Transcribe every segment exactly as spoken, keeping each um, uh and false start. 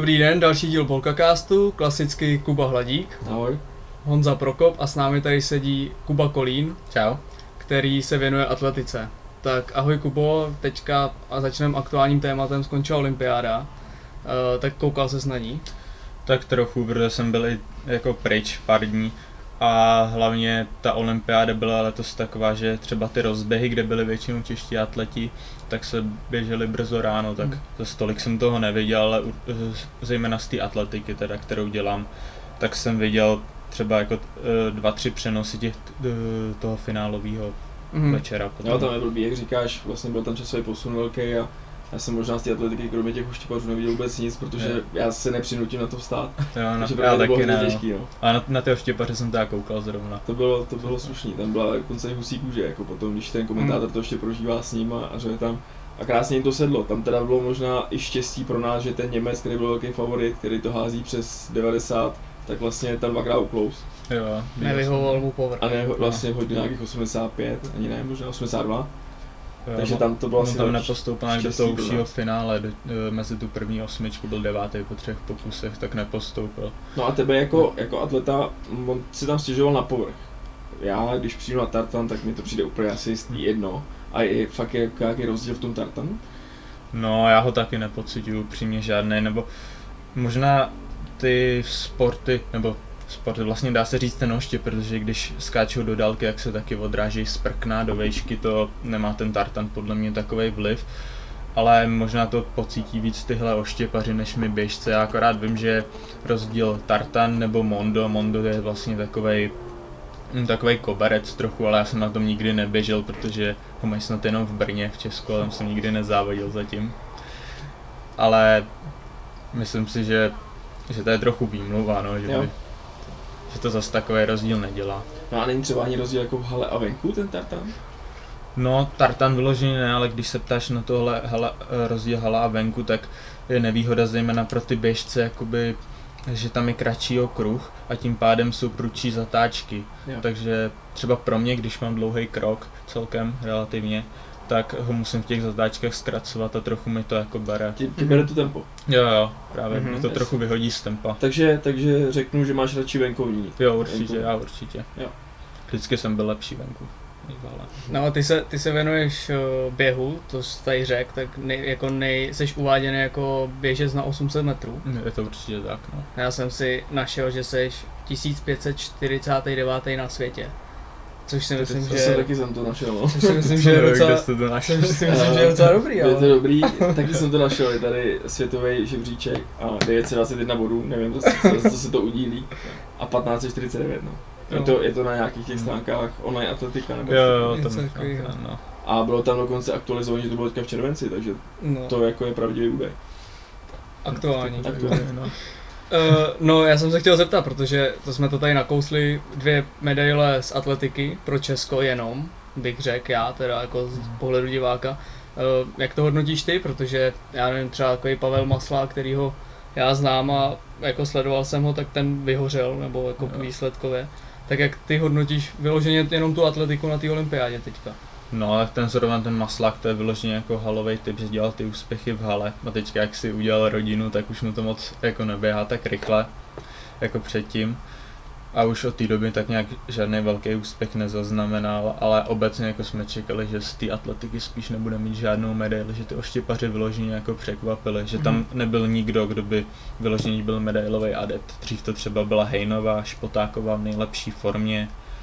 Dobrý den, další díl Polkacastu, klasicky Kuba Hladík. Ahoj. Honza Prokop a s námi tady sedí Kuba Kolín. Čau. Který se věnuje atletice. Tak ahoj Kubo, teďka a začneme aktuálním tématem, skončila olympiáda. Uh, tak koukal ses na ní? Tak trochu, protože jsem byl i jako pryč pár dní a hlavně ta olympiáda byla letos taková, že třeba ty rozběhy, kde byly většinou čeští atleti, tak se běželi brzo ráno, tak hmm. za stolik jsem toho neviděl, ale zejména z té atletiky, teda, kterou dělám, tak jsem viděl třeba jako dva, tři přenosy těch, toho finálového hmm. večera. Potom. Jo, tam je blbý, jak říkáš, vlastně byl tam časový posun velký a já jsem možná z té atletiky, kromě těch uštěpařů, neviděl vůbec nic, protože je. já se nepřinutím na to vstát. Jo, na, takže já to taky bylo ne, těžký, no. A na, na ty uštěpaře jsem tak koukal zrovna. To bylo, to bylo slušný, tam byla dokonce i husí kůže, jako potom, když ten komentátor hmm. to ještě prožívá s ním a, a že tam a krásně jim to sedlo. Tam teda bylo možná i štěstí pro nás, že ten Němec, který byl velký favorit, který to hází přes devadesát, tak vlastně tam dvakrát uklous. Jo, nevyhovoval mu povrch. A ne, vlastně hodil nějakých osmdesát pět, ani ne, možná osmdesát dva. Jo, takže tam to bylo asi asi tam nepostoupil do toho užšího finále, do, mezi tu první osmičku byl devátý po třech pokusech, tak nepostoupil. No a tebe jako, jako atleta, on si tam stěžoval na povrch. Já, když přijdu na tartan, tak mi to přijde úplně asi jedno. A je fakt je, jaký rozdíl v tom tartanu? No, já ho taky nepociťuju přímě žádný, nebo možná ty sporty, nebo sporty, vlastně dá se říct ten oštěp, protože když skáčou do dálky, jak se taky odráží z prkna do vejšky, to nemá ten tartan podle mě takovej vliv, ale možná to pocítí víc tyhle oštěpaři než my běžce. Já akorát vím, že rozdíl tartan nebo mondo, mondo je vlastně takovej takovej koberec trochu, ale já jsem na tom nikdy neběžel, protože ho mají snad jenom v Brně v Česku, ale tam jsem nikdy nezávodil zatím. Ale myslím si, že, že to je trochu výmluva, no, že, by, že to zase takový rozdíl nedělá. No a není třeba ani rozdíl jako v hale a venku ten tartan? No, tartan vyložený ne, ale když se ptáš na tohle hala, rozdíl hala a venku, tak je nevýhoda zejména pro ty běžce, jakoby, že tam je kratší okruh a tím pádem jsou prudší zatáčky. Jo. Takže třeba pro mě, když mám dlouhý krok celkem relativně, tak ho musím v těch zatáčkách zkracovat a trochu mi to jako bere. Ti, ti bere to tempo? Jo, jo, právě, mm-hmm, mi to yes. trochu vyhodí z tempa. Takže, takže řeknu, že máš radši venkovní. Jo, určitě, venku. já určitě. Jo. Vždycky jsem byl lepší venku. No a ty se, ty se věnuješ uh, běhu, to jsi tady řekl, tak nej, jako nej, seš uváděný jako běžec na osm set metrů. Je to určitě tak, no. Já jsem si našel, že seš tisíc pět set čtyřicát devět na světě. Což si myslím, to že... jsem taky jsem to našel, no. Což si myslím, že je docela, to našel. což si myslím, že je docela dobrý, ale... Je to dobrý, taky jsem to našel, je tady světový žebříček a devět set dvacet jedna bodů, nevím, co se to udílí, a patnáct set čtyřicet devět, no. Je to, je to na nějakých těch stránkách online atletika nebo jo, jo, něco tam, takového. No. A bylo tam dokonce aktualizované, že to bylo teďka v červenci, takže no. to jako je pravdivý údaj. Aktuální. Aktuální, no. Uh, no, já jsem se chtěl zeptat, protože to jsme to tady nakousli, dvě medaile z atletiky pro Česko jenom, bych řekl já, teda jako z pohledu diváka. Uh, jak to hodnotíš ty, protože já nevím, třeba takový Pavel Masla, kterýho já znám a jako sledoval jsem ho, tak ten vyhořel, nebo jako no. výsledkově. Tak jak ty hodnotíš vyloženě jenom tu atletiku na té olympiádě teďka? No, ale ten zrovna ten Maslák, to je vyloženě jako halovej typ, že dělal ty úspěchy v hale. A teďka jak si udělal rodinu, tak už mu to moc jako neběhá tak rychle, jako předtím. A už od té doby tak nějak žádný velký úspěch nezaznamenal, ale obecně jako jsme čekali, že z té atletiky spíš nebude mít žádnou medaili, že ty oštěpaři vyloženě jako překvapili, že tam nebyl nikdo, kdo by vyloženě byl medailový adept. Dřív to třeba byla Hejnová, Špotáková v nejlepší formě,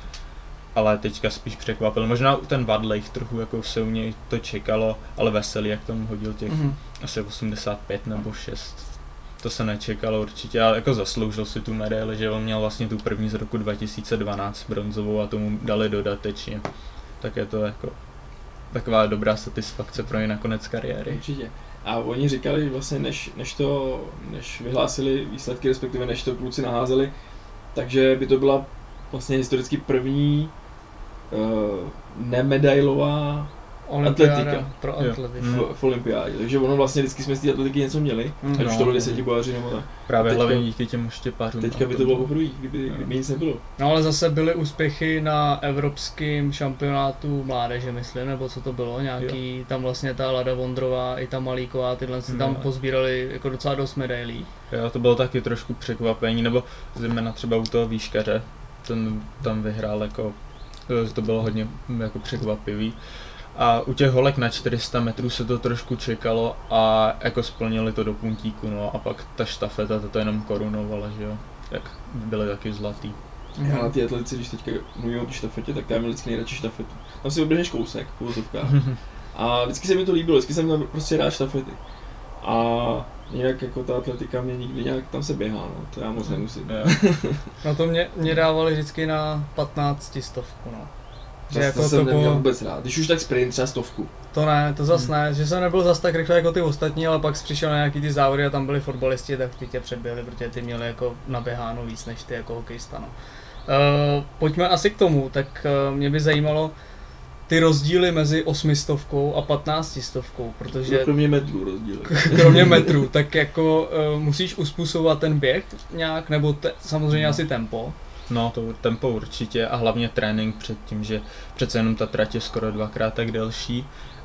ale teďka spíš překvapil. Možná ten Vadlejch trochu jako se u něj to čekalo, ale Veselý, jak tam hodil těch mm-hmm. asi osmdesát pět nebo šest. To se nečekalo určitě, ale jako zasloužil si tu medaili, že on měl vlastně tu první z roku dva tisíce dvanáct bronzovou a tomu dali dodatečně. Tak je to jako taková dobrá satisfakce pro ně na konec kariéry. Určitě. A oni říkali, že vlastně než, než to, než vyhlásili výsledky, respektive než to kluci naházeli, takže by to byla vlastně historicky první uh, nemedailová Atletika. Pro atletiku. V, v olympiádě, takže ono vlastně vždycky jsme z té atletiky něco měli, mm, ať už no, to byli desetibojaři nebo tak. Právě teďka, hlavně díky těm štěpářům. Teďka by to bylo poprvé, kdyby, kdyby nic nebylo. No ale zase byly úspěchy na evropském šampionátu mládeže, myslím, nebo co to bylo, nějaký, jo. Tam vlastně ta Lada Vondrová i ta Malíková, tyhle si tam no. pozbírali jako docela dost medailí. Jo, to bylo taky trošku překvapení, nebo zejména třeba u toho výškaře, ten tam vyhrál jako, to bylo hodně jako překvapivý. A u těch holek na čtyři sta metrů se to trošku čekalo a jako splnili to do puntíku, no a pak ta štafeta to jenom korunovala, že jo, jak byly taky zlatý. Já na ty atletici, když teďka mluvím o té štafetě, tak já mám vždycky nejradši štafetu. Tam si oběhneš kousek v uvozovkách. A vždycky se mi to líbilo, vždycky jsem tam prostě rád štafety. A jinak jako ta atletika mě nikdy nějak, tam se běhá, no, to já moc nemusím. No to mě, mě dávali vždycky na patnáct stovku, no. To, jako to jsem to neměl vůbec rád, když už tak sprint třeba stovku. To ne, to zas ne, že jsem nebyl zas tak rychle jako ty ostatní, ale pak přišel na nějaký ty závody a tam byli fotbalisti, tak ty tě předběhli, protože ty měli jako naběháno víc než ty jako hokejista, no. Uh, pojďme asi k tomu, tak uh, mě by zajímalo ty rozdíly mezi osmistovkou a patnáctistovkou, protože... Kromě metrů rozdíly. Kromě metrů, tak jako uh, musíš uspůsobovat ten běh nějak, nebo te, samozřejmě no. asi tempo. No, to tempo určitě a hlavně trénink před tím, že přece jenom ta trať je skoro dvakrát tak delší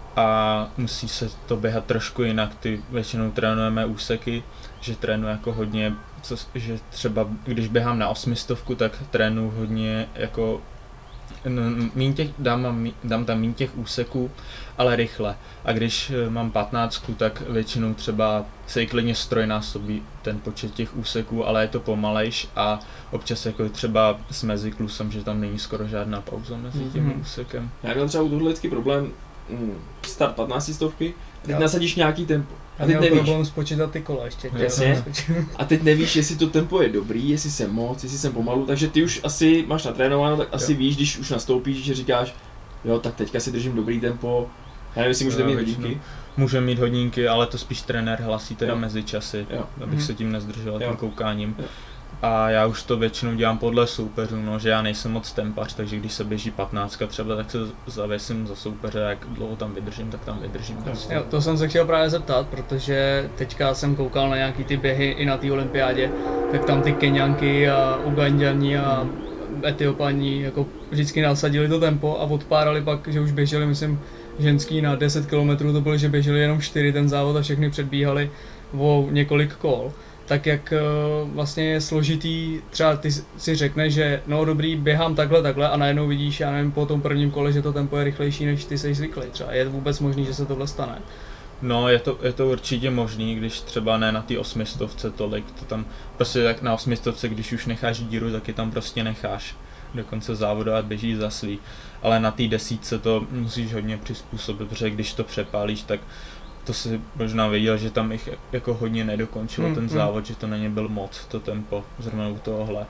a musí se to běhat trošku jinak. Ty většinou trénujeme úseky, že trénuji jako hodně, co, že třeba když běhám na osmistovku, tak trénuji hodně jako míň těch, dám, dám tam míň těch úseků, ale rychle. A když mám patnáctku, tak většinou třeba se i klidně strojnásobí ten počet těch úseků, ale je to pomalejš a občas jako třeba s meziklusem, že tam není skoro žádná pauza mezi tím mm-hmm. úsekem. Já měl třeba u tohle vždycky problém mm, start patnáctistovky, a teď nasadíš nějaký tempo. A teď nevíš. Problém spočítat ty kola ještě. Jasně. A teď nevíš, jestli to tempo je dobrý, jestli jsem moc, jestli jsem pomalu, takže ty už asi máš natrénováno, tak asi jo. víš, když už nastoupíš, že říkáš, jo, tak teďka si držím dobrý tempo. Já nevím, jestli můžete mít hodinky. Můžeme mít hodinky, ale to spíš trenér hlasí teda mezi časy, jo. abych hmm. se tím nezdržel tím koukáním. Jo. A já už to většinou dělám podle soupeřů, no, že já nejsem moc tempař, takže když se běží patnáctka třeba, tak se zavěsím za soupeře, jak dlouho tam vydržím, tak tam vydržím. Prostě. Jo, to jsem se chtěl právě zeptat, protože teďka jsem koukal na nějaký ty běhy i na té olympiádě, tak tam ty Keňanky a Uganďani a Etiopani jako vždycky nasadili to tempo a odpárali pak, že už běželi, myslím, ženský na deset kilometrů, to bylo, že běželi jenom čtyři ten závod a všechny předbíhali o několik kol. Tak jak vlastně je složitý, třeba ty si řekneš, že no dobrý, běhám takhle, takhle a najednou vidíš, já nevím, po tom prvním kole, že to tempo je rychlejší, než ty jsi zvyklý třeba. Je vůbec možný, že se tohle stane? No, je to, je to určitě možný, když třeba ne na té osmistovce tolik, to tam prostě tak na osmistovce, když už necháš díru, tak je tam prostě necháš do konce závodu a běží za svý. Ale na té desítce to musíš hodně přizpůsobit, protože když to přepálíš, tak to si možná věděl, že tam jich jako hodně nedokončilo mm, ten závod, mm. že to na ně byl moc, to tempo, zrovna u tohohle.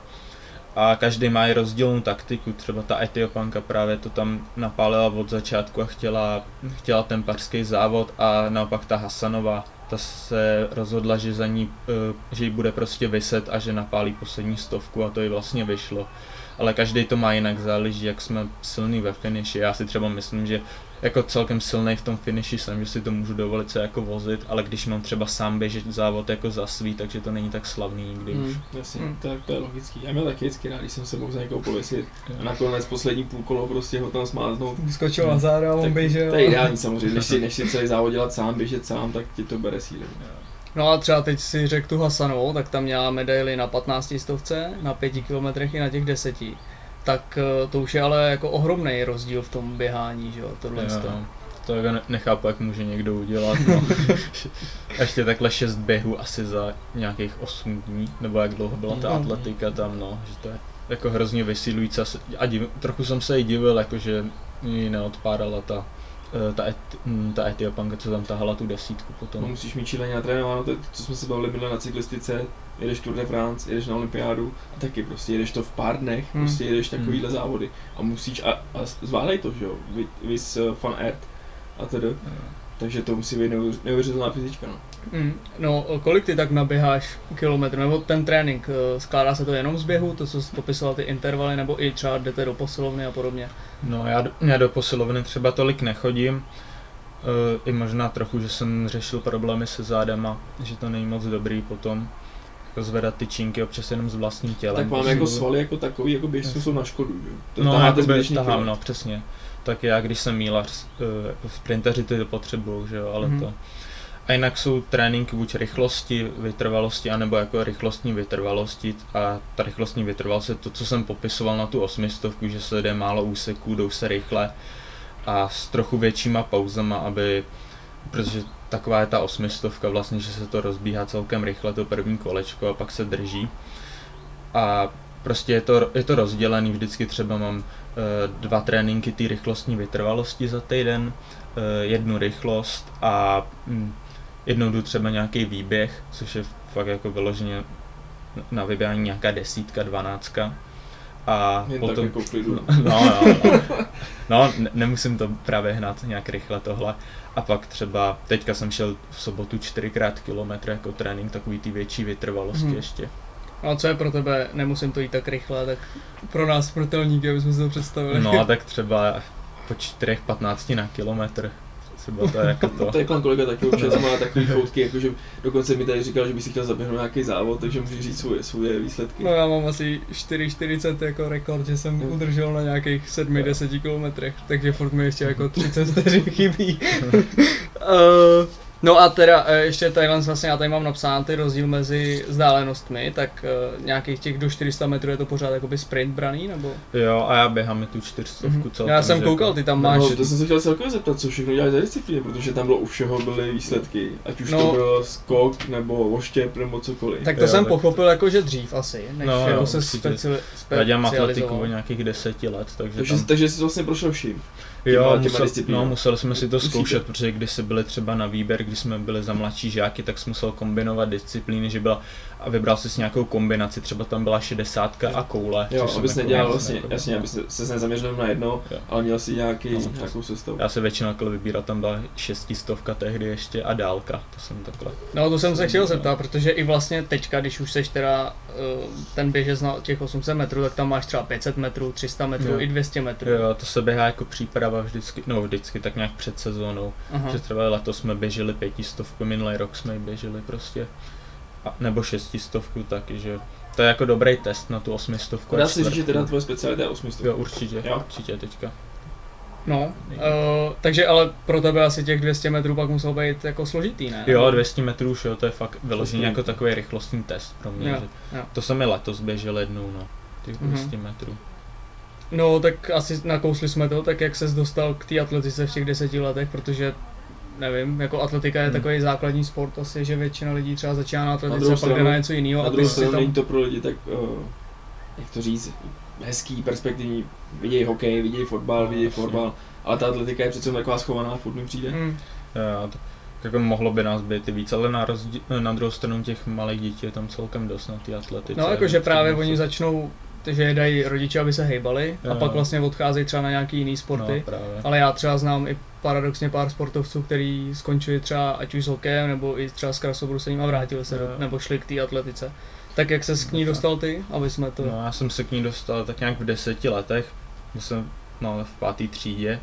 A každý má i rozdílnou taktiku, třeba ta Etiopanka právě to tam napálila od začátku a chtěla, chtěla tempařský závod a naopak ta Hasanová, ta se rozhodla, že za ní, že jí bude prostě viset a že napálí poslední stovku a to jí vlastně vyšlo. Ale každý to má jinak, záleží, jak jsme silný ve finiši. Já si třeba myslím, že jako celkem silnej v tom finiši jsem, že si to můžu dovolit se jako vozit, ale když mám třeba sám běžet závod jako za svý, takže to není tak slavný nikdy hmm, už. Jasně, hmm. tak to je logický. Já měl taky vždycky rád, když jsem se mohl za někoho pověsit a nakonec poslední půl kolo prostě ho tam smáznout. Skočil na záda a on běžel. To je ideální samozřejmě, než si, než si celý závod dělat sám, běžet sám, tak ti to bere síly. No a třeba teď si řekl tu Hasanovou, tak tam měla medaily na patnáctistovce, na pěti kilometrech i na těch deseti. Tak to už je ale jako ohromný rozdíl v tom běhání, že jo, tohle jo, to jako nechápu, jak může někdo udělat, no. Ještě takhle šest běhů asi za nějakých osm dní, nebo jak dlouho byla ta atletika tam, no, že to je jako hrozně vysilující a div, trochu jsem se i divil, jakože mi neodpárala ta ta, et, ta Etiopanka, co tam tahala tu desítku potom. No, musíš mít šíleně natrénováno, to, co jsme se bavili minule na cyklistice, jedeš Tour de France, jedeš na olympiádu a taky prostě jedeš to v pár dnech, hmm. prostě jedeš takovýhle hmm. závody a musíš, a, a zvládej to, že jo, vys uh, Van Aert a tedy. Hmm. takže to musí být neuvěřitelná fyzička, no. Mm, no, kolik ty tak naběháš kilometr, nebo ten trénink, skládá se to jenom z běhu, to, co jsi popisoval ty intervaly, nebo i třeba jdete do posilovny a podobně? No já, já do posilovny třeba tolik nechodím, uh, i možná trochu, že jsem řešil problémy se zádama, že to není moc dobrý potom, jako zvedat ty činky občas jenom s vlastním tělem. Tak máme jako svaly jako takový, jako běžců jsou na škodu, že? To no, jako tahám, no, přesně. Tak já, když jsem mílař, uh, sprinteři ty to potřebujou, že jo, ale mm-hmm. to. A jinak jsou tréninky buď rychlosti, vytrvalosti, anebo jako rychlostní vytrvalosti a ta rychlostní vytrvalost je to, co jsem popisoval na tu osmistovku, že se jde málo úseků, jdou se rychle a s trochu většíma pauzama, aby, protože taková je ta osmistovka vlastně, že se to rozbíhá celkem rychle, to první kolečko a pak se drží. A prostě je to, je to rozdělený, vždycky třeba mám uh, dva tréninky té rychlostní vytrvalosti za týden, uh, jednu rychlost a mm, jednou jdu třeba nějaký výběh, což je fakt jako vyloženě na vyběhání nějaká desítka, dvanáctka. A jen potom, tak jako klidu. no, no, no, no ne, nemusím to právě hnát nějak rychle tohle. A pak třeba, teďka jsem šel v sobotu čtyřikrát kilometr jako trénink, takový ty větší vytrvalosti hmm. ještě. A co je pro tebe, nemusím to jít tak rychle, tak pro nás smrtelníky, abychom si to představili. No a tak třeba po čtyři patnáct na kilometr. Třeba to je jako to. Tady pan kolega taky občas má takový foutky, jakože dokonce mi tady říkal, že by si chtěl zaběhnout nějaký závod, takže můžu říct svoje, svoje výsledky. No já mám asi čtyři čtyřicet jako rekord, že jsem hmm. udržel na nějakých sedm deset kilometrech, takže furt mi ještě jako třicet vteřin chybí. uh, no a teda ještě tadyhle vlastně, já tady mám napsán ty rozdíl mezi vzdálenostmi, tak uh, nějakých těch do čtyři sta metrů je to pořád jakoby sprint braný, nebo? Jo, a já běhám i tu čtyřstovku mm-hmm. celkem. Já jsem koukal, ty tam máš... No, to jsem se chtěl celkově zeptat, co všechno děláš za disciplíny, protože tam bylo u všeho byly výsledky, ať už no, to byl skok, nebo oštěp, nebo cokoliv. Tak to jo, jsem tak pochopil jako, že dřív asi, než no, jako jo, se speciali- Já dělám atletiku o nějakých deseti let, takže Takže, tam... takže jsi vlastně prošel vším. Jo, musel, no, museli jsme si to zkoušet, protože když jsme byli třeba na výběr, když jsme byli za mladší žáky, tak jsme musel kombinovat disciplíny, že byla a vybral si nějakou kombinaci, třeba tam byla šedesátka a koule. Jo, abys nedělal vlastně, jako jasně, abys se nezaměřil na jedno, jo. Ale měl si nějaký, no, nějakou sestavu. Já se většinou takhle vybíral, tam byla šestistovka tehdy ještě a dálka, to jsem takhle. No to jsem se chtěl zeptat, protože i vlastně teďka, když už seš teda ten běžec na těch osm set metrů, tak tam máš třeba pět set metrů, tři sta metrů, jo. I dvě stě metrů. Jo, to se běhá jako příprava vždycky, no vždycky tak nějak před sezónou, aha. Že třeba letos jsme běželi pětistovku, minulý rok jsme běželi prostě, a, nebo šestistovku taky, že to je jako dobrý test na tu osmistovku. Dá se říct, že teda tvoje specialita je osmistovka. Jo, určitě, jo. určitě teďka. No, uh, takže ale pro tebe asi těch dvě stě metrů pak muselo být jako složitý, ne? Jo, dvě stě metrů už jo, to je fakt vyloženě jako takový rychlostní test pro mě, jo, že jo. To jsem i letos běžel jednou, no, těch dvě stě mm-hmm. metrů. No, tak asi nakousli jsme to, tak jak ses dostal k té atletice v těch deseti letech, protože nevím, jako atletika je hmm. takový základní sport asi, že většina lidí třeba začíná na atletice a pak jde na něco jiného. Na druhou stranu není to pro lidi tak, uh, jak to říct, hezký, perspektivní, vidějí hokej, vidějí fotbal, no, vidějí fotbal, ale ta atletika je přece taková schovaná, furt mi přijde. Hmm. Já, to, jako mohlo by nás být i víc, ale na, rozdíl, na druhou stranu těch malých dětí je tam celkem dost na té atletice. No jakože právě oni začnou, že je dají rodiče, aby se hejbali a jo. Pak vlastně odcházejí třeba na nějaký jiný sporty, no, ale já třeba znám i paradoxně pár sportovců, kteří skončili třeba ať už s hokejem nebo i třeba s krasobrusením a vrátili se, do, nebo šli k té atletice. Tak jak ses k ní dostal ty, aby jsme to... No já jsem se k ní dostal tak nějak v deseti letech, jsem no, v páté třídě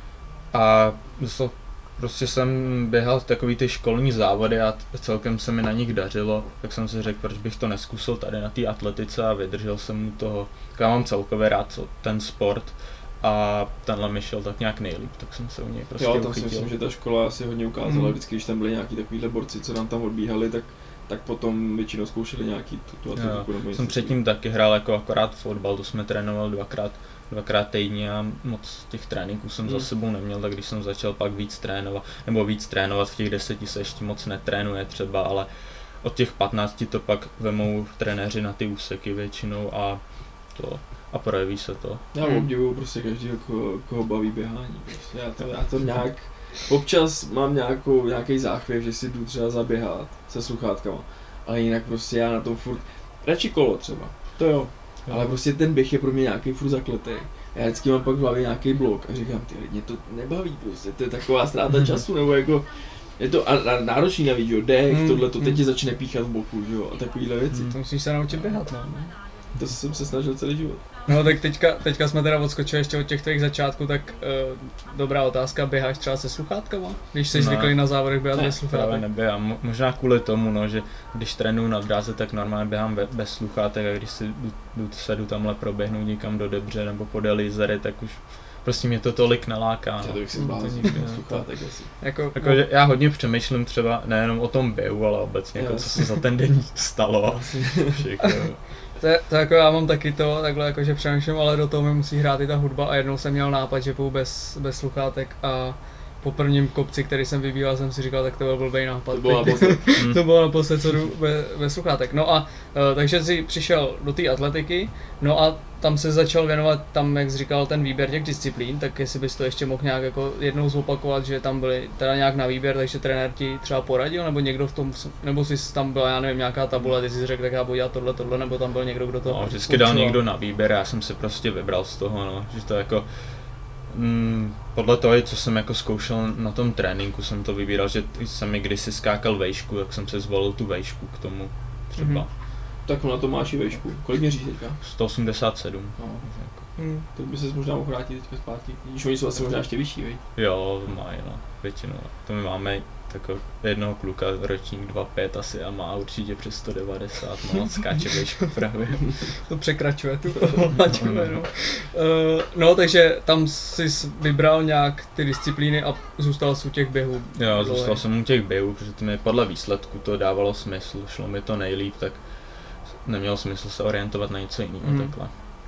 a dostal, prostě jsem běhal takový ty školní závody a celkem se mi na nich dařilo, tak jsem si řekl, proč bych to neskusil tady na té atletice a vydržel jsem mu toho, já mám celkově rád ten sport a tenhle mi šel tak nějak nejlíp, tak jsem se u něj prostě jo, uchytil. Jo, tam si myslím, že ta škola asi hodně ukázala, mm. vždycky, když tam byli nějaký takovýhle borci, co nám tam odbíhali, tak tak potom většinou zkoušeli nějaký tu, tu atletiku. Jo, jsem předtím taky hrál jako akorát fotbal, to jsme trénovali dvakrát, dvakrát týdně a moc těch tréninků jsem hmm. za sebou neměl, tak když jsem začal pak víc trénovat, nebo víc trénovat v těch deseti se ještě moc netrénuje třeba, ale od těch patnácti to pak vemou trenéři na ty úseky většinou a to a projeví se to. Já hmm. obdivuju prostě každého, koho, koho baví běhání. Prostě já, to, já to nějak, občas mám nějakou, nějaký záchvěv, že si jdu třeba zaběhat se sluchátkama, ale jinak prostě já na tom furt, radši kolo třeba, to jo, jo. Ale prostě ten běh je pro mě nějaký furt zakletej. já vždycky mám pak v hlavě nějaký blok a říkám, ty mě to nebaví prostě, to je taková ztráta času, nebo jako, je to a, a náročný navíc, jo, dech, mm, tohle, to teď tě začne píchat v boku, jo, a takovýhle věci. To musíš se naučit běhat, no. To jsem se snažil celý život. No tak teďka, teďka jsme teda odskočili ještě od těch tvých začátků, tak uh, dobrá otázka, běháš třeba se sluchátkama? Když jsi No. zvyklý na závodech běhat Ne, bez sluchátek? právě neběhám. Možná kvůli tomu, no, že když trénuju na dráze, tak normálně běhám be, bez sluchátek a když si jdu, jdu, se jdu tamhle proběhnout někam do Debře nebo po Delizery, tak už prostě mě to tolik naláká. Já to No. bych si Mm, zbláznil, to nikdy, no, sluchátek asi. Jako, Jako, že já hodně přemýšlím třeba nejenom o tom běhu, ale obecně, jako, co se za ten den stalo. Však, to, je, to jako já mám taky to, takhle jako, že přemýšlím, ale do toho mi musí hrát i ta hudba a jednou jsem měl nápad, že půjdu bez, bez sluchátek a po prvním kopci, který jsem vybíral, jsem si říkal, tak to byl blbej nápad. To bylo naposled. To bylo naposled, co jdu bez, bez sluchátek. No a uh, takže jsi přišel do té atletiky, no a tam se začal věnovat, tam jak jsi říkal, ten výběr těch disciplín, tak jestli bys to ještě mohl nějak jako jednou zopakovat, že tam byly teda nějak na výběr, takže trenér ti třeba poradil, nebo někdo v tom, nebo jsi tam byla, já nevím, nějaká tabule, ty jsi řekl, tak já budu dělat tohle, tohle, nebo tam byl někdo, kdo to no, vždycky dal někdo na výběr, já jsem si prostě vybral z toho, no, že to jako Mm, podle toho, co jsem jako zkoušel na tom tréninku, jsem to vybíral, že jsem mi kdysi skákal vejšku, tak jsem se zvolil tu vejšku k tomu třeba. Mm-hmm. Tak na to máš i vejšku. Kolik měříš teďka? sto osmdesát sedm. No. Hmm. To by ses možná mohl vrátit teďka zpátky. Když oni jsou asi možná ještě vyšší, vej? Jo, mají no, většinou. To my máme tako jednoho kluka, ročník dva pět asi a má určitě přes sto devadesát, no, skáče vejšku právě. To překračuje tu laťku, no. Uh, no, takže tam jsi vybral nějak ty disciplíny a zůstal jsi u těch běhů. Jo, zůstal jsem u těch běhů, protože to mi podle výsledku to dávalo smysl, šlo mi to nejlíp, tak nemělo smysl se orientovat na něco jiného Mm. takhle.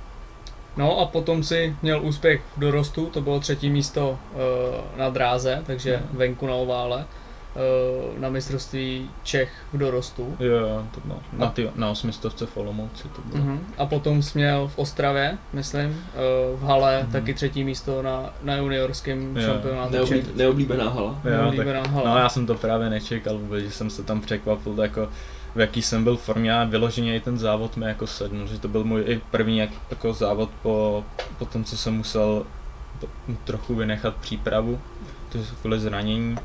No a potom si měl úspěch v dorostu, to bylo třetí místo uh, na dráze, takže Mm. venku na ovále, uh, na mistrovství Čech v dorostu. Jo, jo, to bylo na, ty, na osmistovce v Olomouci to bylo. Uh-huh. A potom jsi měl v Ostravě, myslím, uh, v hale Mhm. taky třetí místo na, na juniorském Jo. šampionátu Neoblí, Čech. neoblíbená hala. Jo, Neoblíbená tak, hala. no já jsem to právě nečekal vůbec, že jsem se tam překvapil, jako v jaký jsem byl v formě a vyloženě i ten závod mi jako sednul, že to byl můj i první jak, jako závod po, po tom, co jsem musel to, trochu vynechat přípravu, to je kvůli zranění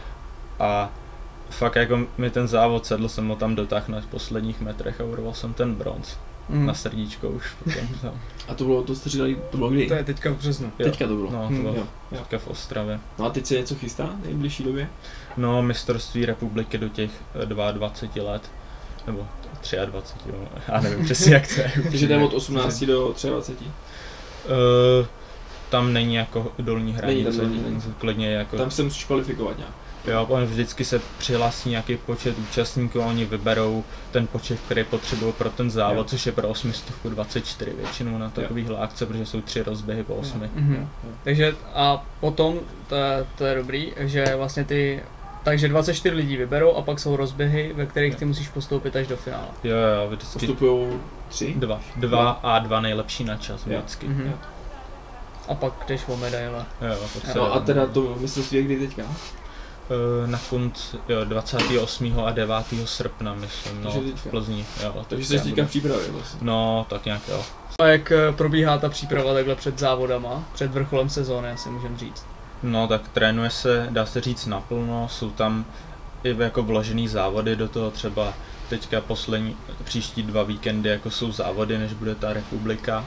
a fakt jako mi ten závod sedl, jsem ho tam dotáhl na posledních metrech a urval jsem ten bronz. Mm. Na srdíčko už potom. No. A to bylo, to jste říkali, to bylo kdy? To je teďka v březnu. Jo. Teďka to bylo. No, to Hmm, bylo Jo, jo. teďka v Ostravě. No a teď se něco chystá v nejbližší době? No, mistrovství republiky do těch dvacet dva let, nebo dvacet tři, jo, já nevím přesně jak to je. Takže to je od osmnácti do dvaceti tři. Uh, tam není jako dolní hranice, Není tam dolní hranice. klidně jako... Tam se musíš kvalifikovat nějak. Jo, on vždycky se přihlásí nějaký počet účastníků a oni vyberou ten počet, který potřebují pro ten závod, Jo. což je pro osmistovku dvacet čtyři většinou na takovýhle akce, protože jsou tři rozběhy po osmi. Mhm. Takže a potom, to je, to je dobrý, že vlastně ty, takže dvacet čtyři lidí vyberou a pak jsou rozběhy, ve kterých ty musíš postoupit až do finále. Jo, jo, vždycky Postupujou tři? dva, dva a dva nejlepší na čas Jo. vždycky. Mhm. Jo. A pak jdeš o medaile. Jo, pak se- No a teda to mistrovství je kdy teďka? Eh, na konci jo, dvacátého osmého a devátého srpna, myslím, no, Takže v teďka. Plzni, jo. Takže teďka jsi teďka v budu- přípravě vlastně. No, tak nějak jo. A jak eh, probíhá ta příprava takhle před závodama, před vrcholem sezóny, asi můžeme říct? No, tak trénuje se, dá se říct naplno, jsou tam i jako vložený závody do toho, třeba teďka poslední, příští dva víkendy jako jsou závody, než bude ta republika.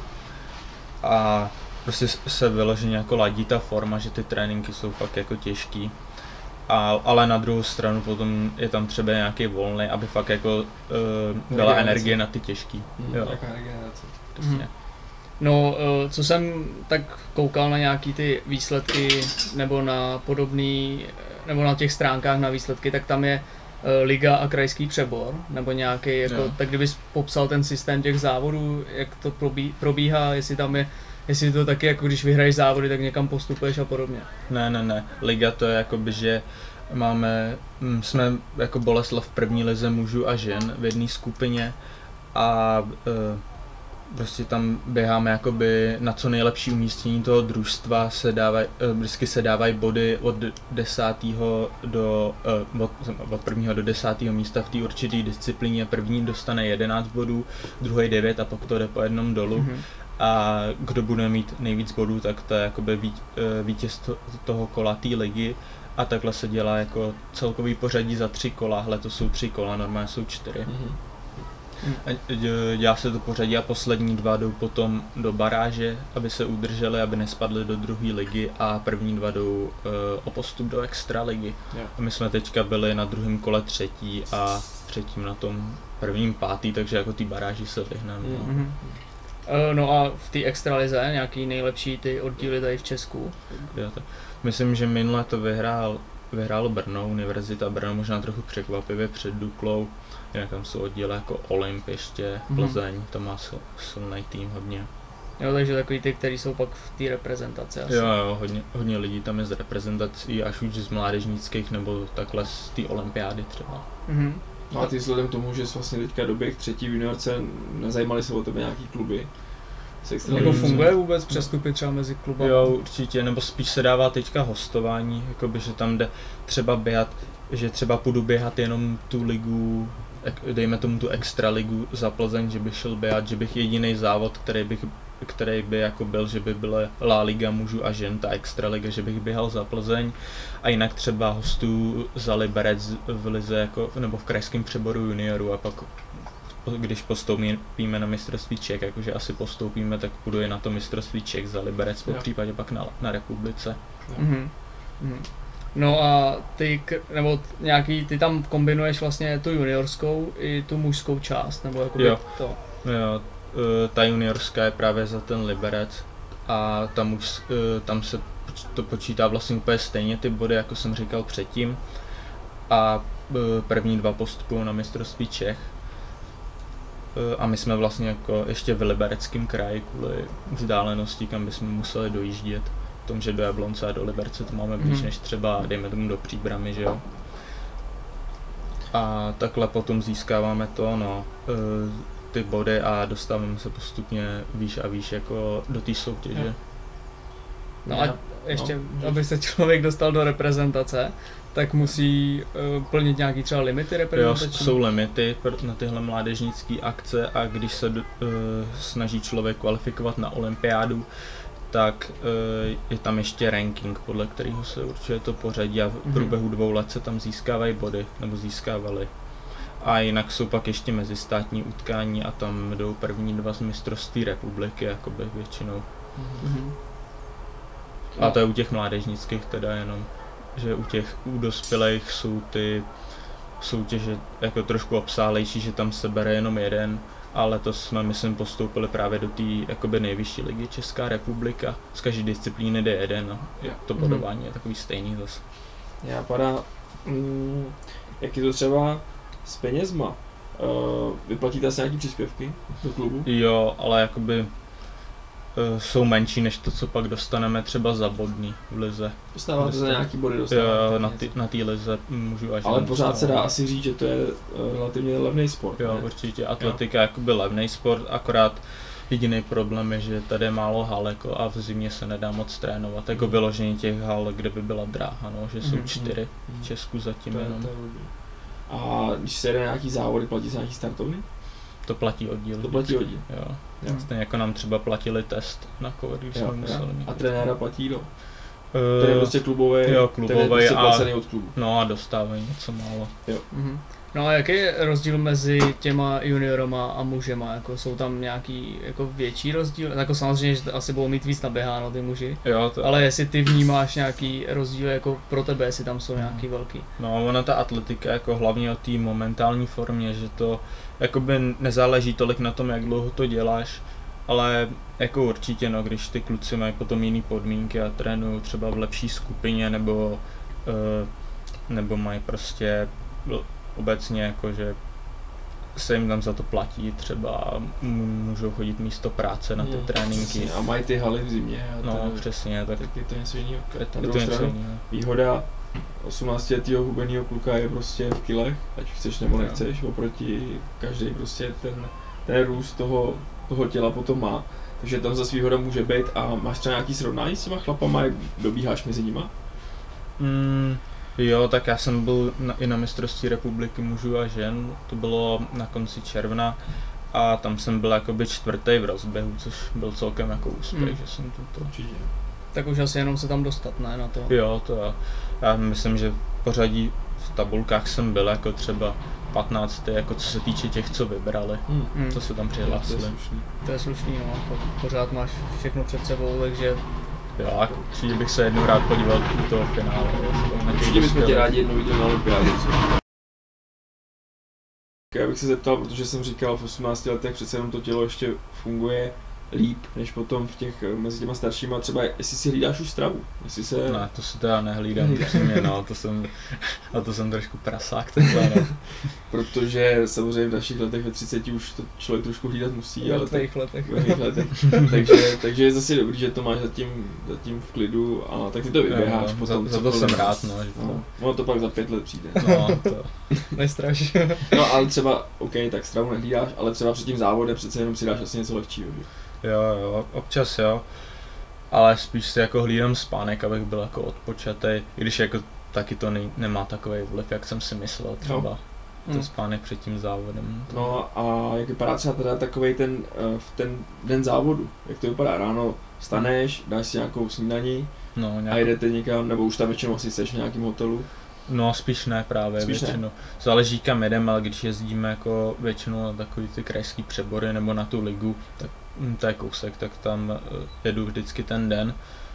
A prostě se vyloženě jako ladí ta forma, že ty tréninky jsou fakt jako těžký. A, ale na druhou stranu potom je tam třeba nějaký volný, aby fakt jako uh, dala Regenerace. energie na ty těžký. Mhm, Jo, Jaká regenerace. přesně. Mhm. No, eh, co jsem tak koukal na nějaký ty výsledky, nebo na podobný, nebo na těch stránkách na výsledky, tak tam je eh, liga a krajský přebor, nebo nějaký, jako, Jo. tak kdybys popsal ten systém těch závodů, jak to probí, probíhá, jestli tam je, jestli to taky jako když vyhraješ závody, tak někam postupuješ a podobně. Ne, ne, ne. Liga to je jakoby, že máme, hm, jsme jako Boleslav v první lize mužů a žen v jedné skupině a e, prostě tam běháme jakoby na co nejlepší umístění toho družstva, se dávaj, e, vždycky se dávají body od desátého do, e, od, od prvního do desátého místa v té určité disciplíně. První dostane jedenáct bodů, druhý devět a pak to jde po jednom dolů. Mhm. a kdo bude mít nejvíc bodů, tak to je jakoby ví, vítěz toho kola té ligy a takhle se dělá jako celkový pořadí za tři kola, hle to jsou tři kola, normálně jsou čtyři. Mm-hmm. A dělá se to pořadí a poslední dva jdou potom do baráže, aby se udrželi, aby nespadli do druhé ligy a první dva jdou uh, o postup do extra ligy. Yeah. A my jsme teďka byli na druhém kole třetí a třetím na tom prvním pátý, takže jako ty baráži se vyhneme. Mm-hmm. No. Uh, no a v té extralize nějaký nejlepší ty oddíly tady v Česku? Já to, myslím, že minule to vyhrál, vyhrál Brno, Univerzita Brno, možná trochu překvapivě před Duklou. Jinak tam jsou oddíly jako Olymp ještě, Plzeň, mm-hmm. to má silný tým hodně. Jo, takže takový ty, kteří jsou pak v té reprezentaci asi. Jo, jo, hodně, hodně lidí tam je z reprezentací, až už z mládežnických nebo takhle z té olympiády třeba. Mm-hmm. No a ty vzhledem k tomu, že jsi vlastně teďka doběh třetí v juniorce, nezajímaly se o tebe nějaký kluby? Jako funguje vůbec přestupy třeba mezi kluby? Jo, určitě, nebo spíš se dává teďka hostování, jakoby, že tam jde třeba běhat, že třeba půjdu běhat jenom tu ligu, dejme tomu tu extraligu za Plzeň, že bych šel běhat, že bych jediný závod, který bych který by jako byl, že by byla La Liga mužů a žen, ta extraliga, že bych běhal za Plzeň a jinak třeba hostu za Liberec v lize jako, nebo v krajském přeboru juniorů a pak když postoupíme na mistrovství Čech, jakože asi postoupíme, tak půjdu i na to mistrovství Čech za Liberec, po případě pak na, na republice. Mm-hmm. No a ty, nebo nějaký, ty tam kombinuješ vlastně tu juniorskou i tu mužskou část, nebo jakoby jo. to? Jo, ta juniorská je právě za ten Liberec a tam, už, tam se to počítá vlastně úplně stejně ty body, jako jsem říkal předtím a první dva postupují na mistrovství Čech a my jsme vlastně jako ještě v Libereckém kraji kvůli vzdálenosti, kam bychom museli dojíždět. V tom, že do Jablonce a do Liberce to máme blíž, mm. než třeba, dejme tomu, do Příbramy, že jo. A takhle potom získáváme to, no, ty body a dostáváme se postupně výš a výš jako do té soutěže. No a ještě, no, aby se člověk dostal do reprezentace, tak musí uh, plnit nějaký třeba limity reprezentační? Jo, jsou limity na tyhle mládežnické akce a když se uh, snaží člověk kvalifikovat na olympiádu, tak uh, je tam ještě ranking, podle kterého se určuje to pořadí a v průběhu dvou let se tam získávají body, nebo získávali. A jinak jsou pak ještě mezistátní utkání a tam jdou první dva z mistrovství republiky, jakoby většinou. Mm-hmm. A to je u těch mládežnických teda jenom, že u těch u dospělých jsou ty soutěže jako trošku obsálejší, že tam se bere jenom jeden, ale to jsme, myslím, postoupili právě do té jakoby nejvyšší ligy Česká republika. Z každé disciplíny jde jeden a to bodování mm-hmm. je takový stejný zase. Já padá, mm, jak je to třeba s penězma? Uh, vyplatíte se nějaký příspěvky do klubu? Jo, ale jakoby uh, jsou menší než to, co pak dostaneme třeba za bodný v lize. Dostáváte za nějaký body? Dostáváte jo, na ty, na té lize můžu až. Ale pořád se dá asi říct, že to je uh, relativně levný sport. Jo, ne? Určitě. Atletika je jakoby levný sport, akorát jediný problém je, že tady je málo hal jako, a v zimě se nedá moc trénovat. Jako vyložení těch hal, kde by byla dráha, no, že jsou mm-hmm. čtyři v Česku zatím to je, jenom. To je a když se jede nějaký závody, platí se nějaký startovny? To platí oddíl. To platí oddíl. Jo. jo. Stejně jako nám třeba platili test na covid, když jsme museli mít. A trenéra platí do? Uh, ten je prostě klubový, jo, klubový ten je prostě a, placený od klubu. No a dostávají něco málo. Jo. Mm-hmm. No a jaký je rozdíl mezi těma juniorama a mužema? Jako jsou tam nějaký jako větší rozdíl? Jako samozřejmě, že asi budou mít víc naběháno ty muži. Jo, to... Ale jestli ty vnímáš nějaký rozdíl jako pro tebe, jestli tam jsou nějaký no. velký? No, ona ta atletika jako hlavně o té momentální formě, že to jakoby nezáleží tolik na tom, jak dlouho to děláš, ale jako určitě, no, když ty kluci mají potom jiný podmínky a trénují třeba v lepší skupině nebo, uh, nebo mají prostě obecně jako, že se jim tam za to platí, třeba můžou chodit místo práce na ty hmm, tréninky. Přesně, a mají ty haly v zimě. A no ten, přesně. Tak, tak je to něco jiného. Na druhou stranu, výhoda osmnáctiletého hubeného kluka je prostě v kilech, ať chceš nebo nechceš, oproti každý prostě ten, ten růst toho, toho těla potom má. Takže tam zase výhoda může být. A máš třeba nějaký srovnání s těma chlapama, jak dobíháš mezi nima? Mm. Jo, tak já jsem byl na, i na mistrovství republiky mužů a žen, to bylo na konci června A tam jsem byl jakoby čtvrtý v rozběhu, což byl celkem jako úspěch, Hmm. že jsem to, to... Určitě. Tak už asi jenom se tam dostat, ne, na to. Jo, to já. Já myslím, že v pořadí v tabulkách jsem byl jako třeba patnáctý jako co se týče těch, co vybrali, Hmm. Hmm. co se tam To je přihlásili. slušný. To je slušný, no, jako pořád máš všechno před sebou, takže Jo, a určitě bych se jednou rád podíval u toho finále. jestli na těch Určitě bychom tě dospělých. rádi jednou viděli na olympiádě. Já bych se zeptal, protože jsem říkal, v osmnácti letech přece jenom to tělo ještě funguje líp, než potom v těch, mezi těma staršíma, třeba jestli si hlídáš už stravu, jestli se... Ne, to si teda nehlídám upřímně, no, to jsem, a to jsem trošku prasák takhle, no. Protože samozřejmě v našich letech ve třiceti už to člověk trošku hlídat musí, ale v tak, tvých letech. ve mých letech. takže, takže je zase dobrý, že to máš zatím, zatím v klidu a tak ty to vyběháš Jo, potom. za, za to cokoliv. jsem rád, no, že to, No, ono to pak za pět let přijde. no, to, Nestraš. No ale třeba, OK, tak stravu nehlídáš, ale třeba před tím závodem přece jenom si dáš asi něco lehčího, že? jo, jo, občas jo, ale spíš si jako hlídám spánek, abych byl jako odpočatý, i když jako taky to ne, nemá takový vliv, jak jsem si myslel třeba, ten Hmm. spánek před tím závodem. To, No a jak vypadá třeba teda takovej ten, eh, v ten den závodu, jak to vypadá, ráno vstaneš, dáš si nějakou snídaní no, a nějak, jedete někam, nebo už tam většinou asi seš v nějakém hotelu. no spíš ne právě, Spíš ne? většinou. Záleží kam jedeme, ale když jezdíme jako většinou na takový ty krajský přebory nebo na tu ligu, tak hm, to je kousek, tak tam eh, jedu vždycky ten den.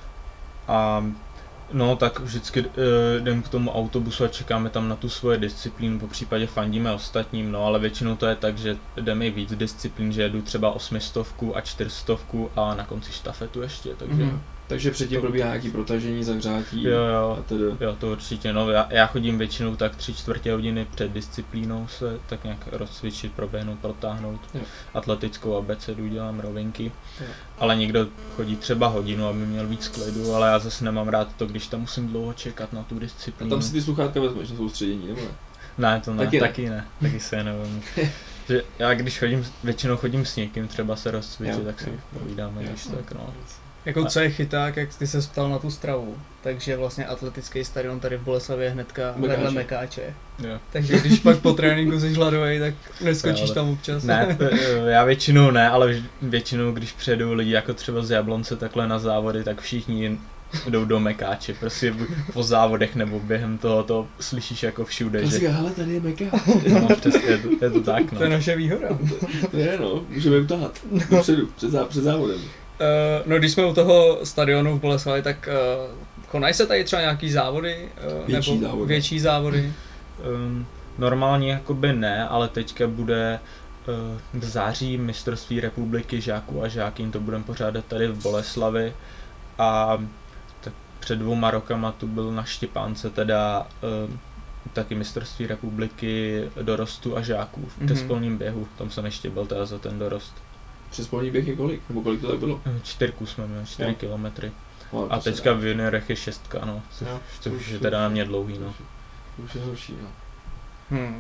A no tak vždycky uh, jdem k tomu autobusu a čekáme tam na tu svoje disciplínu, po případě fandíme ostatním, no ale většinou to je tak, že jdeme i víc disciplín, že jedu třeba osmistovku a čtyřstovku a na konci štafetu ještě, takže Mhm. Takže předtím To- probíhá nějaký protažení, zahřátí jo a jo. tedy. Jo, to určitě, no, já, já chodím většinou tak tři čtvrtě hodiny před disciplínou se tak nějak rozcvičit, proběhnout, protáhnout Jo. atletickou abecedu, dělám rovinky, Jo. ale někdo chodí třeba hodinu, aby měl víc klidu, ale já zase nemám rád to, když tam musím dlouho čekat na tu A disciplínu. tam si ty sluchátka vezmeš na soustředění, nebo ne? Ne, to ne, Taky taky ne. ne, taky, ne, taky se je nevím. Že já když chodím, většinou chodím s někým třeba se rozcvičit, Jo, tak si jo, povídáme, jo. když tak no. Jako co je chyták, jak ty se ptal na tu stravu, takže vlastně atletický stadion tady v Boleslavě je hnedka Mekáče. vedle Mekáče. Jo. Takže když pak po tréninku jsi hladový, tak neskočíš Jo, tam občas. Ne, to- já většinou ne, ale vž- většinou, když přijedou lidi jako třeba z Jablonce takhle na závody, tak všichni jdou do Mekáče, prostě buď po závodech nebo během toho to slyšíš jako všude, že Klasika, hele, tady je meka. no, přesně, je, to, je to tak, no. To je naše výhoda. To je no, můžeme utahat. Dopředu, před, zá, před závodem. Uh, no když jsme u toho stadionu v Boleslavi, tak uh, konají se tady třeba nějaký závody? Uh, Větší nebo závody. Větší závody. Um, normálně jakoby ne, ale teďka bude uh, v září mistrovství republiky žáků a žákyň, to budeme pořádat tady v Boleslavi a tak před dvouma rokama tu byl na Štěpánce teda uh, taky mistrovství republiky dorostu a žáků v Mhm. přespolním běhu, tam jsem ještě byl teda za ten dorost. Přes polní běh je kolik? Nebo kolik to tak bylo? Eh, Čtyřku jsme měli, čtyři Jo. kilometry. No, A to se teďka dá. v juniorech je šestka, no, což, Jo, což už- je teda na mě dlouhý, no. To už je horší, no. Hmm.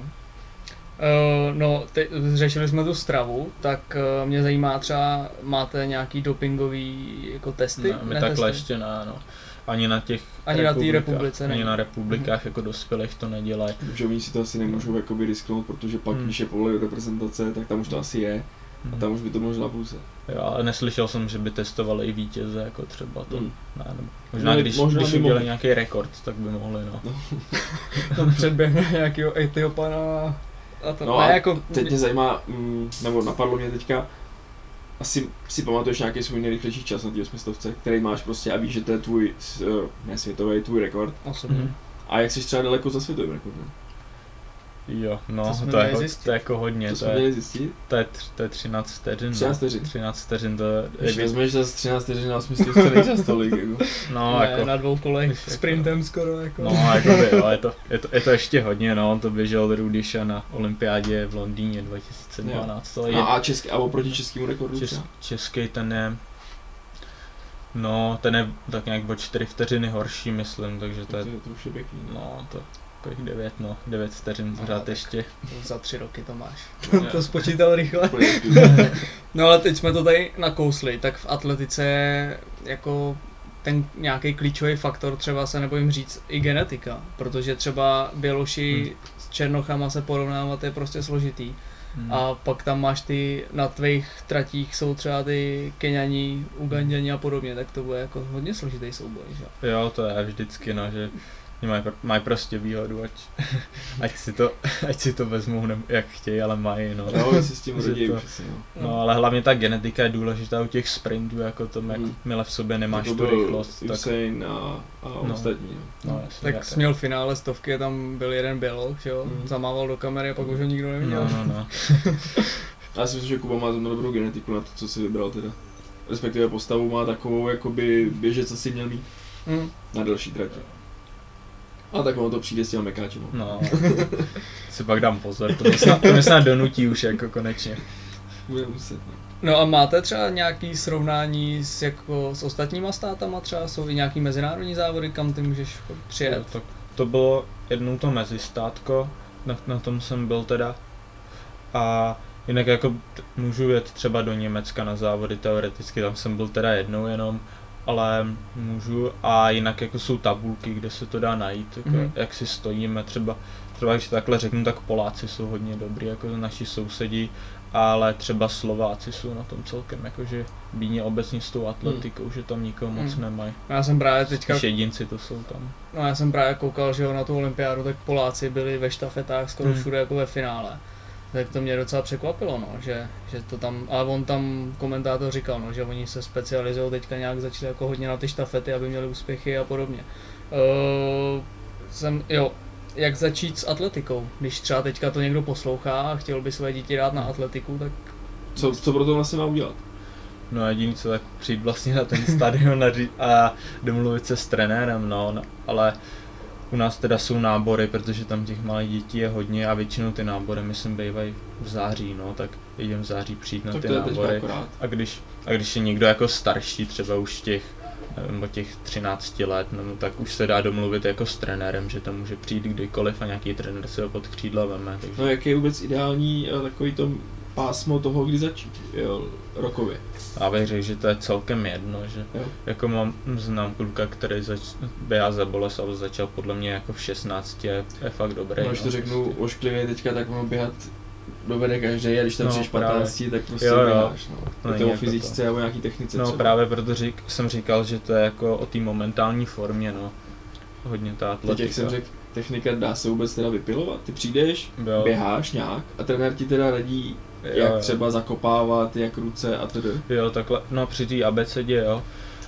Uh, no, te, řešili jsme tu stravu, tak uh, mě zajímá třeba, máte nějaký dopingový jako testy? Ne, my Ne, takhle testy? ještě ne, no. Ani na těch Ani na té republikách- republice Ani není. na republikách jako dospělých to nedělají. Že oni si to asi nemůžou jakoby risknout, protože pak, Hmm. když je povolí reprezentace, tak tam už to asi je. A tam už by to možná půse. Jo, ale neslyšel jsem, že by testovali i vítěze, jako třeba to. Hmm. Ne, nebo možná No, když, možná když by udělali mohli. nějaký rekord, tak by mohli, no. Tam předběhne nějakého Etiopana a to No ne, a jako... teď mě zajímá, mm, nebo napadlo mě teďka, asi si pamatuješ nějaký svůj nejrychlejší čas na té osmistovce, který máš prostě a víš, že to je tvůj, s- ne světový, tvůj rekord. Osobně. Mhm. A jak jsi třeba daleko za světovým rekordem? Jo, To no, jsme to, je, měli ho- zjistit. to je jako hodně, To to jsme je, měli zjistit. to je, tř- to je třináct vteřin. no. třináct vteřin. třináct vteřin, to je, Když je, vezmeš za třináct vteřin na osmistovce, nejde za tolik, jako. no, ne, jako, na dvou kolech Jako- sprintem skoro jako. no, jako by, jo, je to, je to, je to ještě hodně, no, on to běžel Rudiša na olympiádě v Londýně dva tisíce dvanáct, to je, A, a, český, a oproti českému rekordu Čes, třeba? český ten je, no, ten je tak nějak o čtyři vteřiny horší, myslím, takže to To je, je, to už je pěkný. no, to kolik devět, no, devět vteřin No, pořád tak. ještě. Za tři roky to máš. Jo. to spočítal rychle. Úplně No ale teď jsme to tady nakousli, tak v atletice je jako ten nějaký klíčový faktor, třeba se nebojím říct, i genetika, protože třeba Běloši Hmm. s Černochama se porovnávat je prostě složitý. Hmm. A pak tam máš ty, na tvých tratích jsou třeba ty Keňani, Uganděni a podobně, tak to bude jako hodně složitý souboj, že? Jo, to je vždycky, no, že mají, mají prostě výhodu, ať, ať, si to, ať si to vezmou ne, jak chtějí, ale mají, no. Jo, si s tím rodí to, přesně, no. No, ale hlavně ta genetika je důležitá u těch sprintů, jako tom, jak Hmm. mile v sobě nemáš to tu rychlost. Tak, Usain a, a No. ostatní, no. no, jasně, Tak jak- jsi měl finále stovky a tam byl jeden běloch, že jo? Mm. Zamával do kamery a pak už ho nikdo neviděl. No, no, no. A já si myslím, že Kuba má zrovna dobrou genetiku na to, co si vybral teda. Respektive postavu má takovou, jakoby běžec asi měl mít Mm. na delší trati. A tak ono to přijde s těma mekáčima. No, si pak dám pozor, to mě snad, to mě snad donutí už jako konečně. Bude muset, no. No a máte třeba nějaký srovnání s, jako, s ostatníma státama třeba? Jsou i nějaký mezinárodní závody, kam ty můžeš přijet? To, to bylo jednou to mezistátko, na, na tom jsem byl teda. A jinak jako t- můžu jet třeba do Německa na závody teoreticky, tam jsem byl teda jednou jenom, ale můžu a jinak jako jsou tabulky, kde se to dá najít, jako, Mhm. jak si stojíme, třeba, třeba když takhle řeknu, tak Poláci jsou hodně dobrý, jako naši sousedí, ale třeba Slováci jsou na tom celkem jakože bíně obecně s tou atletikou, že tam nikoho moc Hmm. nemají. Já jsem právě teďka, Spíš jedinci to jsou tam. no já jsem právě koukal, že jo, na tu olympiádu, tak Poláci byli ve štafetách skoro Hmm. všude jako ve finále. Tak to mě docela překvapilo, no, že, že to tam, ale on tam komentátor říkal, no, že oni se specializují teďka nějak začali jako hodně na ty štafety, aby měli úspěchy a podobně. Uh, jsem, jo, jak začít s atletikou? Když třeba teďka to někdo poslouchá a chtěl by své děti dát na atletiku, tak Co, co pro to vlastně má udělat? No jediný co, tak přijít vlastně na ten stadion a, ří- a domluvit se s trenérem, no, no, ale u nás teda jsou nábory, protože tam těch malých dětí je hodně a většinou ty nábory, myslím, bývají v září, no, tak jdem v září přijít na Tak ty to je teďka nábory. akorát. A když, a když je někdo jako starší, třeba už těch, nebo těch třinácti let, no, tak už se dá domluvit jako s trenérem, že tam může přijít kdykoliv a nějaký trenér se ho pod křídla veme, takže... No jak je vůbec ideální eh, takový to pásmo toho, kdy začít, jo, rokově. Já bych řekl, že to je celkem jedno, že Jo. jako mám, znám kluka, který zač, běhá za Boleslav, začal podle mě jako v šestnácti, je, je fakt dobrý. No, když to řeknu ošklivě teďka, tak ono běhat dovede každý a když tam No, přijdeš patnáct, tak prostě Jo, jo. běháš, no. To Je není to o jako fyzičce a o nějaký technice No třeba. právě proto řík, jsem říkal, že to je jako o té momentální formě, no. Hodně ta Teď atletika. jak jsem řekl, technika dá se vůbec teda vypilovat. Ty přijdeš, Jo. běháš nějak a trenér ti teda radí, Jo, jak jo. třeba zakopávat, jak ruce a tedy. Jo, takhle, no při té abecedě, jo.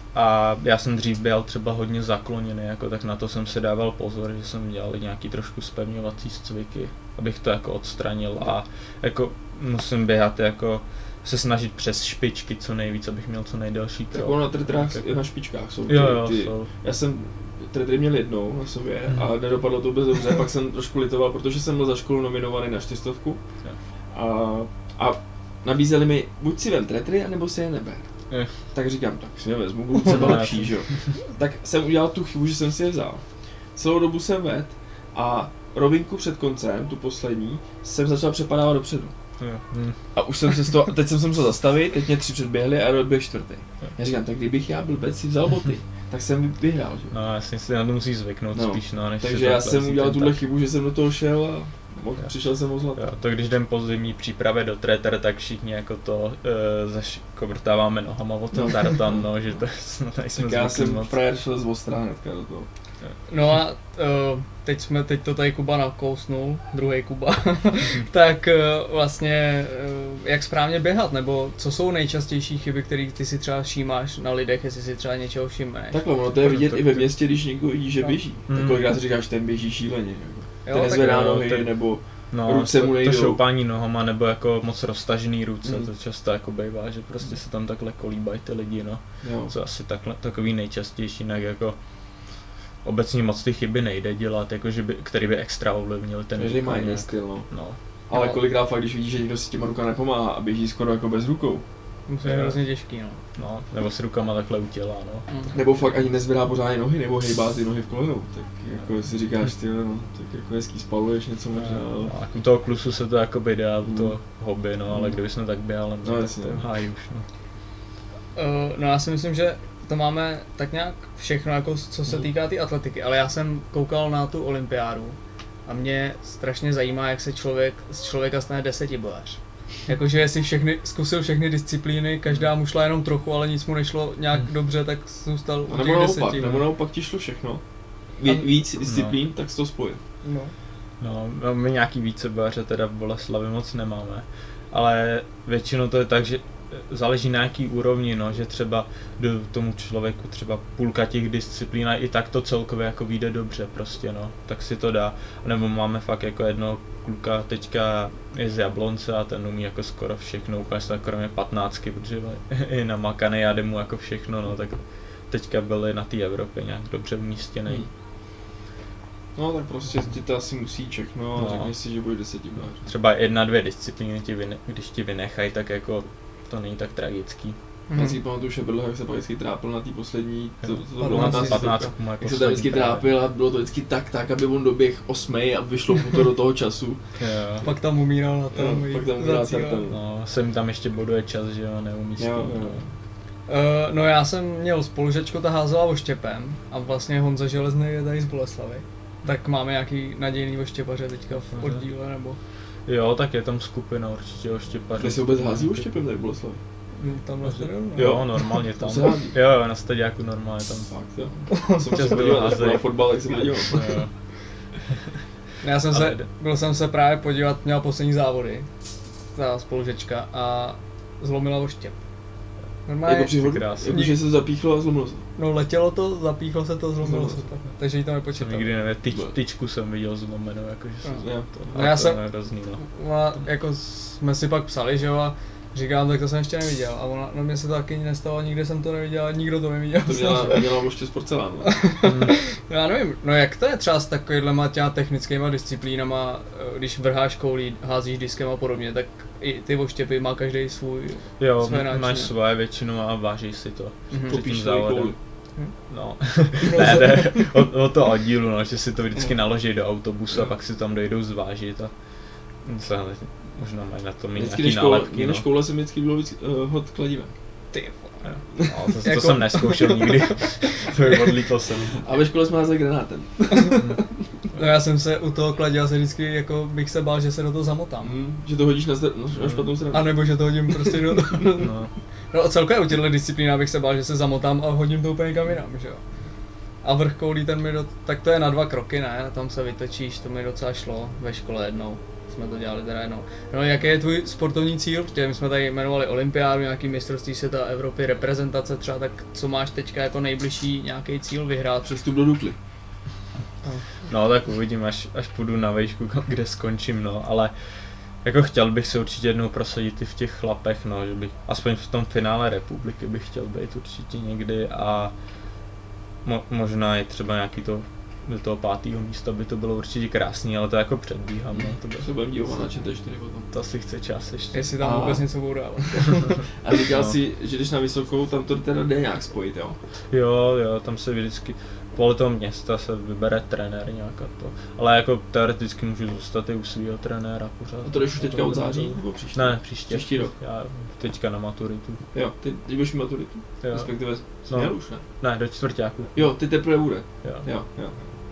A já jsem dřív byl třeba hodně zakloněný, jako, tak na to jsem si dával pozor, že jsem dělal nějaký trošku zpevňovací cviky, abych to jako odstranil a jako musím běhat jako se snažit přes špičky co nejvíc, abych měl co nejdelší krok. Tak ono na tretrách Tak i na špičkách jsou. Jo, jo, ty, jsou. Já jsem tretry měl jednou na sobě Hmm. a nedopadlo to vůbec dobře, pak jsem trošku litoval, protože jsem byl za školu nominovaný na čtyřstovku Jo. a, a nabízeli mi buď si vem tretry, anebo si je neber. Je. Tak říkám, tak si je vezmu, budu třeba No, lepší, že jo. Tak jsem udělal tu chybu, že jsem si je vzal. Celou dobu jsem ved a rovinku před koncem, tu poslední, jsem začal přepadávat dopředu. Jo. Hm. A už jsem se z toho, teď jsem se musel zastavit, teď mě tři předběhli a doběh čtvrtý. Já říkám, tak kdybych já byl si vzal boty, tak jsem vyhrál, že jo. No jasně si na to musíš zvyknout No, spíš, no, než Takže si já takhle jsem vzít udělal ten tuhle tak. chybu, že jsem do toho šel a mo- Jo. přišel jsem o zlato. Jo, to když jdem po zimní přípravě do treter, tak všichni jako to e, zaškobrtáváme nohama o ten No. tartan, no, že to snad nejsme Tak já zvyklí jsem moc. frajer šel z ostra hnedka do toho. No a uh, teď jsme, teď to tady Kuba nakousnul, druhý Kuba, tak uh, vlastně uh, jak správně běhat, nebo co jsou nejčastější chyby, které ty si třeba všímáš na lidech, jestli si třeba něčeho všimneš? Takhle, ono to je No, vidět tak i ve to- městě, když někdo vidí, že No. běží. Tak Hmm. kolikrát si říkáš, ten běží šíleně. Jako. Jo, Ten tak nezvedá jo, nohy, ten- nebo No, ruce mu to, to nejdou. šoupání nohama nebo jako moc roztažený ruce, Hmm. to často jako bývá, že prostě se tam takhle kolíbají ty lidi, no. jo. Co asi takhle, takový nejčastější, jinak jako obecně moc ty chyby nejde dělat, jako že by, který by extra ovlivnil ten Každý má výkon jiný nějak. styl, no. No. Ale No. kolikrát fakt, když vidíš, že někdo si těma ruka nepomáhá a běží skoro jako bez rukou. Musí být Jo. hrozně těžký, no. No, nebo s rukama takhle u těla, no. Mm. Nebo fakt ani nezvedá pořádně nohy, nebo hejbá ty nohy v kolenou. Tak jako si říkáš, ty no, tak jako hezký spaluješ něco možná. No, ale- a u toho klusu se to jakoby dá, u Hmm. toho hobby, no, ale Hmm. kdyby jsme tak běhali, No, no, jasně. tak to je háj už, no. Uh, no já si myslím, že to máme tak nějak všechno, jako co se Mhm. týká té atletiky, ale já jsem koukal na tu olympiádu A mě strašně zajímá, jak se člověk z člověka stane desetibojař. Jakože jestli všechny, zkusil všechny disciplíny, každá mu šla jenom trochu, ale nic mu nešlo nějak hmm. dobře, tak zůstal u těch těch deseti. naopak, nebo naopak ti šlo všechno. Ví, víc disciplín, no. tak se to spojil. No. No, my nějaký vícebojaře teda v Boleslavi moc nemáme, ale většinou to je tak, že záleží na jaký úrovni, no, že třeba do tomu člověku třeba půlka těch disciplín a i tak to celkově jako vyjde dobře prostě, no, tak si to dá. Nebo máme fakt jako jedno kluka teďka je z Jablonce a ten umí jako skoro všechno, úplně se kromě patnáctky, protože je namakaný a jde mu jako všechno, no, tak teďka byli na té Evropě nějak dobře umístěný. Hmm. No tak prostě ti to asi musí všechno a no. řekneš si, že budeš desetibojař. Třeba jedna, dvě disciplíny, ti vyne, když ti vynechají, tak jako to není tak tragický. Mm-hmm. Já si pamatuju, že Bedlho, jak se pak vždycky trápil na té poslední, to, to, to bylo na té patnáctku, jak se tam vždycky trápil a bylo to vždycky tak, tak, aby on doběh osmej a vyšlo mu to do toho času. Jo. Pak tam umíral na tom. Jo, pak tam umíral na tom. No, sem tam ještě boduje čas, že jo, neumístí. Uh, no já jsem měl spolužečku, ta házela oštěpem a vlastně Honza Železný je tady z Boleslavy. Tak máme nějaký nadějný oštěpaře teďka v oddíle, nebo? Jo, tak je tam skupina určitě oštěpařů. Kde se vůbec hází oštěpem tady v Boleslavi? Tam na stadionu? Jo, normálně tam. Se hází? Jo, jo, na stadiáku normálně tam. Fakt jo. Jsem čas podíval na fotbal, tak jsem podíval. Já jsem se, byl jsem se právě podívat, měla poslední závody, ta spolužečka a zlomila oštěp. Normálně, jako při hodu? Jakože se zapíchlo a zlomilo se? No letělo to, zapíchlo se to, zlomilo se to, takže jí to nepočítalo. Nikdy nevím, tyč, tyčku jsem viděl zlomenou, jakože no. se to, no já to jsem, hrozný, no. Ona, jako jsme si pak psali, že jo, a říkám, tak to jsem ještě neviděl a ona, no mě se to taky nestalo, nikde jsem to neviděl, nikdo to neviděl. To měla, měla ještě z porcelánu. Já nevím, no jak to je třeba s takovýhlema těma technickýma disciplínama, když vrháš koulí, házíš diskem a podobně, tak i ty oštěpy má každý svůj jo, své náčině. Máš svoje většinou a vážíš si to mm-hmm. před tím závodem. No, ne, ne, o, o to oddílu, no, že si to vždycky naloží do autobusu a pak si tam dojdou zvážit a se, možná mají na to mít nějaký nálepky. Mě na škole jsem vždycky byl víc uh, hod kladivem. Ty no, to, to jako... jsem neskoušel nikdy, to je odlítl jsem. A ve škole jsme házeli granátem. No já jsem se u toho kladil, se vždycky jako bych se bál, že se do toho zamotám. Mm, že to hodíš na, str- no, na špatnou stranu. A nebo že to hodím prostě do... no. No a celkově u těchto disciplín bych se bál, že se zamotám a hodím to úplně někam jinam, že jo. A vrch koulí ten mi do... tak to je na dva kroky, ne? Tam se vytočíš, to mi docela šlo ve škole jednou. Jsme to dělali teda jednou. No jaký je tvůj sportovní cíl? Protože my jsme tady jmenovali olympiádu, nějaký mistrovství světa Evropy, reprezentace třeba, tak co máš teďka jako nejbližší nějaký cíl vyhrát? Přestup do Dukly. No. no tak uvidím, až, až půjdu na vejšku, kde skončím, no, ale jako chtěl bych se určitě jednou prosadit i v těch chlapech, no, že bych, aspoň v tom finále republiky bych chtěl být určitě někdy a mo, možná i třeba nějaký to do toho pátého místa by to bylo určitě krásný, ale to jako předbíhám, no. To by... se budeme dívat na čtyři potom. To si chce čas ještě. Jestli tam a... vůbec něco budou dávat. A říkal no. si, že když na vysokou, tam to teda jde nějak spojit, jo? Jo, jo, tam se vždycky, podle toho města se vybere trenér nějak a to. Ale jako teoreticky můžu zůstat i u svého trenéra pořád. A to jdeš už teďka od září nebo příští? Ne, příště. Příští rok? Já teďka na maturitu. Jo, ty, ty budeš mít maturitu? Jo. Respektive jsi no. měl už, ne? Ne, do čtvrťáku. Jo, ty teprve bude. Jo. Jo, jo.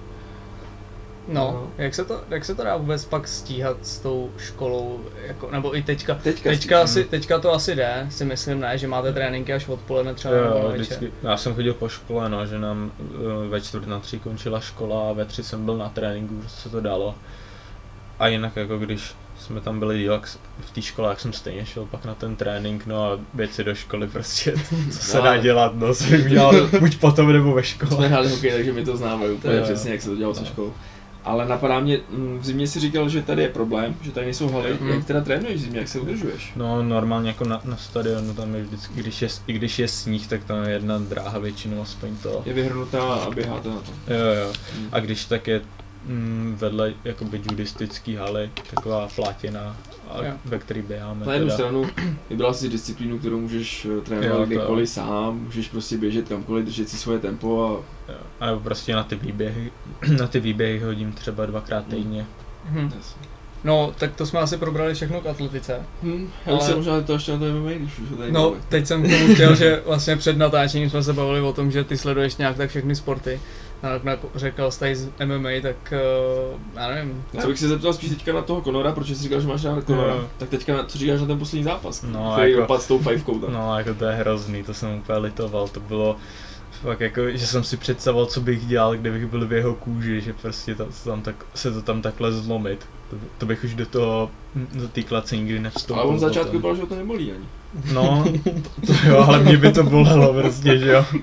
No, no. Jak, se to, jak se to dá vůbec pak stíhat s tou školou, jako, nebo i teďka, teďka, teďka, asi, teďka to asi jde, si myslím, ne, že máte tréninky až odpoledne třeba jo, nebo vždycky, večer. Já jsem chodil po škole, no, že nám ve čtvrt na tři končila škola a ve tři jsem byl na tréninku, že se to dalo. A jinak jako když jsme tam byli díl, v té škole, jak jsem stejně šel pak na ten trénink, no a věci do školy prostě, co se no, dá dělat, no, jsem dělal buď potom nebo ve škole. Jsme hráli hokej, takže my to známe úplně jo. přesně, jak se to dělalo no. se školou. Ale napadá mě, v zimě si říkal, že tady je problém, že tady nejsou haly, mm. jak teda trénuješ v zimě, jak se udržuješ? No normálně jako na, na stadionu, tam je vždycky, když je, i když je sníh, tak tam je jedna dráha většinou aspoň to. Je vyhrnutá a běháte na to. Jo jo, mm. a když tak je mm, vedle jakoby judistický haly, taková plátěná, a, ve který běháme. Na jednu teda. stranu vybral si disciplínu, kterou můžeš trénovat kdekoliv sám, můžeš prostě běžet kamkoliv, držet si svoje tempo a... Jo. A nebo prostě na ty výběhy, na ty výběhy hodím třeba dvakrát týdně. Hmm. No, tak to jsme asi probrali všechno k atletice. Hmm, já ale... jsem možná to ještě na to M M A, když už ho tady No, máme. teď jsem k tomu chtěl, že vlastně před natáčením jsme se bavili o tom, že ty sleduješ nějak tak všechny sporty. jak řekl jste z M M A, tak uh, já nevím. Co bych se zeptal spíš teďka na toho Conora, protože jsi říkal, že máš rád Conora, Jo. tak teďka na, co říkáš na ten poslední zápas, No, který jako- opad s tou fajfkou tam. No, jako to je hrozný, to jsem úplně litoval, to bylo fakt jako, že jsem si představoval, co bych dělal, kdybych byl v jeho kůži, že prostě tam, tam tak, se to tam takhle zlomit. To, to bych už do toho, do té klace nikdy nevstoupil. Ale on v začátku potom. byl, že ho to nebolí ani. No, to, to jo, ale mě by to bolelo prostě, že jo.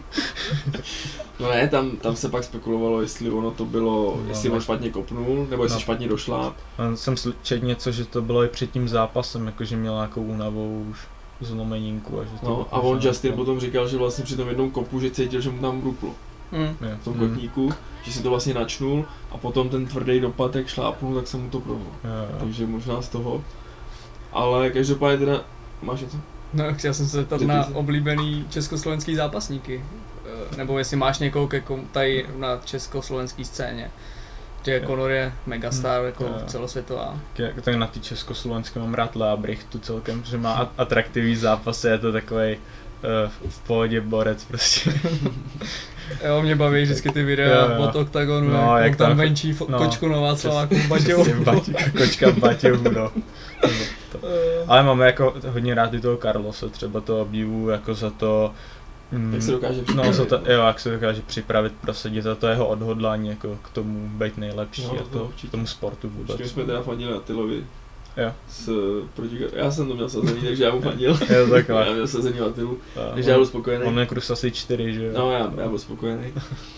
No ne, tam, tam se pak spekulovalo, jestli ono to bylo, No, jestli no. on špatně kopnul, nebo jestli No. špatně došla. A jsem sl- četl něco, že to bylo i před tím zápasem, jakože měl nějakou únavou už zlomeninku a že to No, a on Justin potom říkal, že vlastně při tom jednom kopu, že cítil, že mu tam ruplo Mm. v tom Hmm. kotníku, že si to vlastně načnul a potom ten tvrdý dopad, jak šlápnul, tak se mu to prohlo. Takže možná z toho. Ale každopádně teda, máš něco? No, chtěl jsem se zeptat Ty- ty na se- oblíbený československý zápasníky. Eh, Nebo jestli máš někoho ke kom, tady na československé scéně. Že Jo. Conor je megastar, jako Jo. celosvětová. Tak, tak na ty československé mám rád Lea Brichtu celkem, že má a- atraktivní zápasy, je to takovej uh, v pohodě borec prostě. Jo, mě baví vždycky ty videa Jo, jo. od Octagonu, No, no, jak, jak tam tam- venčí fo- no, kočku na Václaváku v Baťovu. Prostě Baťu, kočka v Baťovu, no. Eh, Ale máme jako hodně rád i toho Carlose, třeba to obdivu jako za to, mm, Jak se dokáže no, připravit, za to, no. jo, jak se dokáže připravit, prosadit, za to jeho odhodlání jako k tomu být nejlepší No, a to to, určitě. k tomu sportu vůbec. My jsme teda fandili Attilovi. Jo. S, proti, já jsem to měl sazený, takže já mu fandil. Jo, takhle. Já měl sazený Attilu, A takže já byl on, spokojený. on je krus asi čtyři, že jo? No já, já byl spokojený.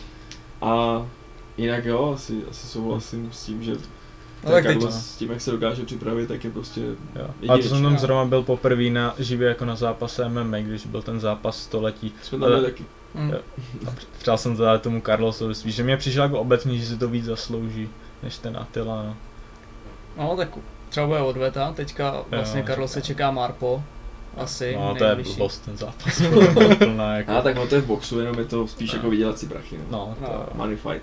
A jinak jo, asi, asi souhlasím s tím, že No ten tak teď, Carlos s tím, jak se dokáže připravit, tak je prostě Jo. A to jedinečný. jsem tam no. zrovna byl poprvé na živě jako na zápase M M A, když byl ten zápas století. Jsme tam byli Ale- taky. mm. Jo. Přál jsem to dát tomu Carlosovi spíš, že mě přišlo jako obecně, že si to víc zaslouží, než ten Attila, no. No tak třeba bude odveta, teďka vlastně Jo, Carlos se čeká. čeká Marpo. Asi No to je nejbližší. blbost ten zápas, to plná jako. A tak no to je v boxu, jenom je to spíš jako vydělat si prachy. No. No, to No. Money fight.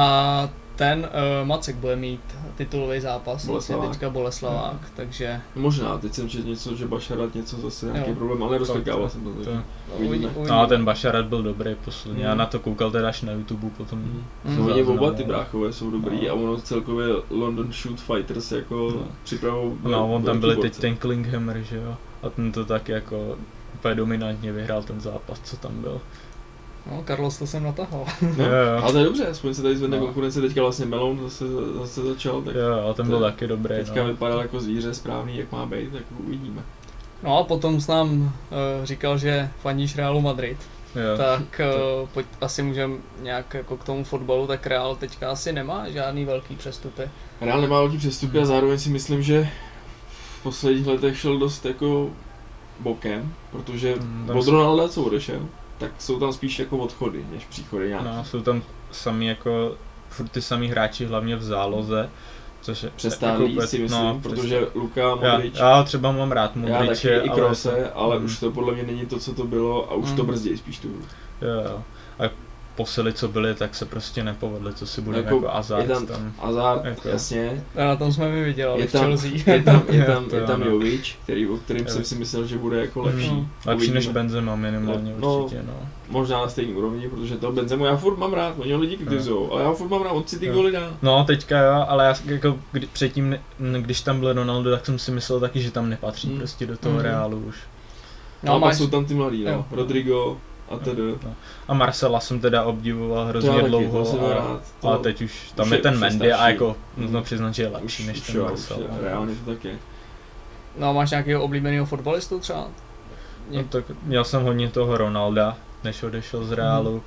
A ten uh, Macek bude mít titulový zápas, vlastně Boleslavák. teďka Boleslavák, takže Možná, teď jsem četl něco, že Bašarat něco zase nějaký Jo. problém, ale rozklikával To- jsem to. to- takže no, uvidíme. uvidí- uvidíme. No a ten Bašarat byl dobrý posledně, já Mm. na to koukal teda až na YouTube potom. Mhm. Mm. No, oni Záznamu. oba ty bráchové jsou dobrý No. a ono celkově London Shoot Fighters jako No. připravou. No, on tam velký byl teď borce. ten Klinghammer, že jo? A ten to tak jako úplně dominantně vyhrál ten zápas, co tam byl. No, Carlos to jsem natahal. No, Jo, jo. ale to je dobře, aspoň se tady zvedne No. konkurence, teďka vlastně Melon zase, zase začal, tak Jo, a ten to byl je- taky dobrý, teďka no. vypadal jako zvíře správný, jak má být, tak uvidíme. No a potom s nám uh, říkal, že fandíš Realu Madrid, Jo. tak uh, pojď, asi můžeme nějak jako k tomu fotbalu, tak Real teďka asi nemá žádný velký přestupy. Real nemá velký přestupy a zároveň si myslím, že v posledních letech šel dost jako bokem, protože Mm, tam od jsou- Ronalda, co odešel, tak jsou tam spíš jako odchody, než příchody nějaký. No, jsou tam sami jako, furt ty samý hráči hlavně v záloze, což je... Přestálí jako, si myslím, no, protože Luka, já, Modrič, já třeba mám rád já Modriče, taky i ale... Krose, ale Mm. už to podle mě není to, co to bylo a už to Mm. brzdí spíš tu hru. Jo, jo. A posily, co byly, tak se prostě nepovedly, co si budeme Jako, jako, jako Hazard je tam- tam. Hazard, Jako- jasně, A na tom jsme my vydělali je v tam, Chelsea. je tam, je Jo, tam, to je jo, tam no. Jovič, který, o kterém Jo. jsem si myslel, že bude jako lepší. Mm. Lepší než Uvidíme. Benzema minimálně No, určitě, no. Možná na stejné úrovni, protože to Benzemu já furt mám rád, oni ho lidi kritizujou, ale já ho furt mám rád, on si ty Jo. góly dá. No, teďka jo, ale já jako kdy, předtím, ne- n- když tam byl Ronaldo, tak jsem si myslel taky, že tam nepatří Hmm. prostě do toho Mhm. Reálu už. No, a máš- pak jsou tam ty mladí, no, Jo. Rodrigo a tedy. No. A Marcela jsem teda obdivoval To hrozně já taky, dlouho, to jsem a, rád. To, ale teď už tam už je je- ten už je Mendy a starší. jako nutno přiznat, že je lepší už, než už ten jo, Marcel. už je, no. reálně to tak je. No a máš nějakého oblíbeného fotbalistu třeba? No, tak měl jsem hodně toho Ronalda, než odešel z Reálu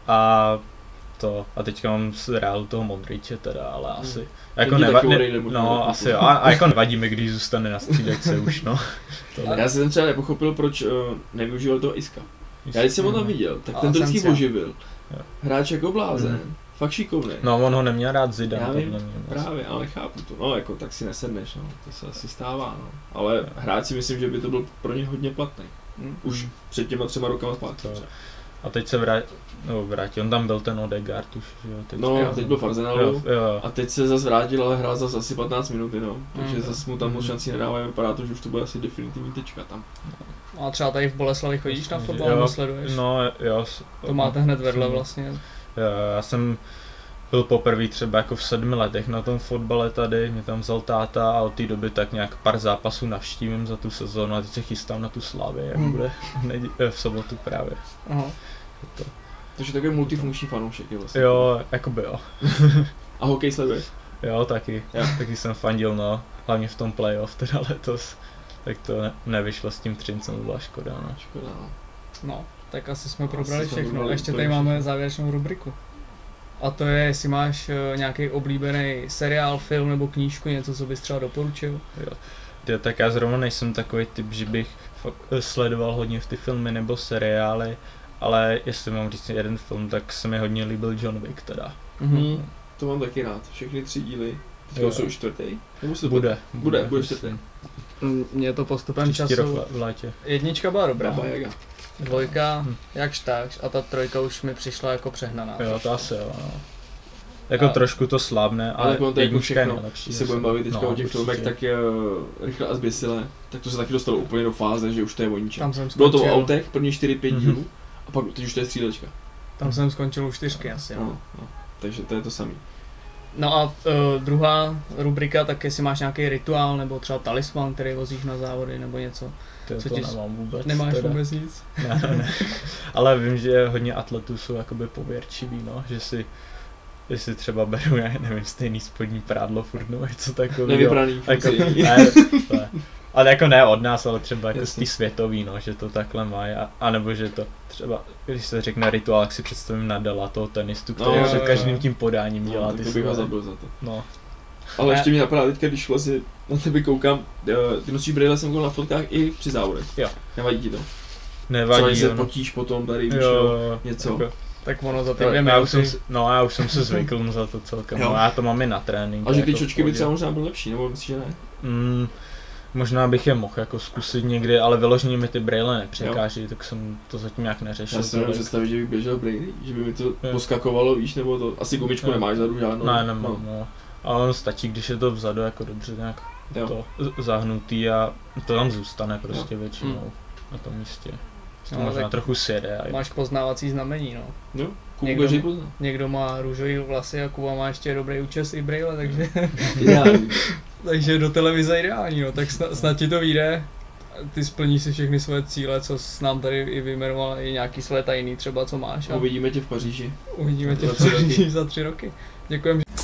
a to, a teďka mám z Reálu toho Modriče teda, ale Hmm. asi, Ten jako ti neva, taky ne, odejde možná no na asi chvilku. jo, a, a jako nevadí mi, když zůstane na střídačce už, no. To, Já jsem třeba nepochopil, proč uh, nevyužíval toho Iska. Já když jsem ho tam viděl, tak A ten to vždycky Asensio. oživil. Jo. Hráč jako blázen, Mhm. fakt šikovný. No, on ho neměl rád Zidane, Já podle vím, mě. Právě, ale chápu to. No, jako tak si nesedneš, no, to se asi stává, no. Ale hráč si myslím, že by to byl pro ně hodně platný. Hm? Už před těma třema rokama zpátky. To- A teď se vrátil, no vrátil, on tam byl ten Odegaard už, že jo. Teď, No, Jo. teď byl v Arsenalu. jo, jo. A teď se zase vrátil, ale hrál zase asi patnáct minut, no. Takže Mm. zase mu tam moc Mm. šancí nedávají, vypadá to, že už to bude asi definitivní tečka tam. A třeba tady v Boleslavi chodíš na fotbal, Jo, nebo sleduješ? No, jo. s- To máte hned vedle vlastně. Já jsem byl poprvé třeba jako v sedmi letech na tom fotbale tady, mě tam vzal táta a od té doby tak nějak pár zápasů navštívím za tu sezónu a teď se chystám na tu Slavii, jak Hmm. bude v, nedě- v sobotu právě. Aha. To. Takže takový multifunkční fanoušek je vlastně. Jo, jakoby jo. A hokej sleduješ? Jo, taky. Jo. Taky jsem fandil, no. Hlavně v tom playoff teda letos. Tak to ne- nevyšlo s tím Třincem, to byla škoda, no. Škoda, no. No, tak asi jsme Asi probrali jsme všechno. probrali Ještě úplně tady máme všechno. závěrečnou rubriku. A to je, jestli máš uh, nějaký oblíbený seriál, film nebo knížku, něco, co bys třeba doporučil. Jo, tak já zrovna nejsem takový typ, že bych fakt sledoval hodně v ty filmy nebo seriály, ale jestli mám říct jeden film, tak se mi hodně líbil John Wick teda. Mhm. Hmm, to mám taky rád. Všechny tři díly. Teďka Jo. už jsou čtvrtý? Nebo se Bude. Bude, bude čtvrtý. Mm, Mě to postupem Příští rok času... v létě. Jednička byla dobrá, Baba Yaga. dvojka Hm. jakž takž a ta trojka už mi přišla jako přehnaná. Jo, to asi jo, no. Jako A- trošku to slábne, ale, Ale to je jako jednička je všechno. nejlepší. Když se budeme bavit teďka No, o těch určitě. filmech, tak je Rychle a zběsile. Tak to se taky dostalo úplně do fáze, že už to je o ničem. Tam jsem Bylo to o skončil, autech, první čtyři pět Mhm. dílů, a pak teď už to je střílečka. tam jsem skončil u čtyřky asi. No, No, no. Takže to je to samý. no a uh, druhá rubrika, tak jestli máš nějaký rituál nebo třeba talisman, který vozíš na závody nebo něco. To, Co to ti- nemám vůbec. Nemáš teda. vůbec nic? Ne, ne, ne. Ale vím, že hodně atletů jsou jakoby pověrčiví, no, že si jestli třeba beru, já nevím, stejný spodní prádlo furt nebo něco takového. Nevybraný Jako, funkci. ne, ne, ale jako ne od nás, ale třeba jako z Jasně. té světový, no, že to takhle mají, a, a nebo že to třeba, když se řekne rituál, jak si představím Nadala, toho tenistu, který No, no, jo, před jo, každým jo. tím podáním dělá No, ty tak to bych ho svoje. zabil za to. No, Ale A- ještě mi napadá teďka, když vlastně na tebe koukám, eh, ty nosíš brýle, jsem koukal na fotkách i při závodech. Jo. Nevadí ti to? Třeba nevadí, když se jo, no. potíš potom tady, víš, Jo, jo, jo, něco. Jako, Tak ono za ty jo, dvě já už jsem, minuty. si- no já už jsem se zvykl za to celkem, Jo. no, já to mám i na tréninku. A že ty jako v čočky by pohodě. třeba možná byly lepší, nebo myslíš, že ne? Mm, možná bych je mohl jako zkusit někdy, ale vyloženě mi ty brýle nepřekáží, tak jsem to zatím nějak neřešil. Já si nemůžu tolik. představit, že bych běžel brýly, že by mi to Jo. poskakovalo, víš, nebo to, asi gumičku Jo. nemáš vzadu žádnou. Ne, nemám, no. Ale ono stačí, když je to vzadu jako dobře nějak Jo. to z- zahnutý a to tam zůstane prostě většinou Hmm. na tom místě. To No, možná tak trochu sjede. A máš poznávací znamení, no. No, Někdo Kuba, že má- pozná. Někdo má růžový vlasy a Kuba má ještě dobrý účes i brýle, takže, Ideální. takže do televize ideální, no. Tak snad, snad ti to vyjde. Ty splníš si všechny svoje cíle, co jsi nám tady i vyjmenoval, i nějaký své tajný třeba, co máš. A Uvidíme tě v Paříži. uvidíme tě Za v tři roky. Paříži za tři roky. Děkujem, že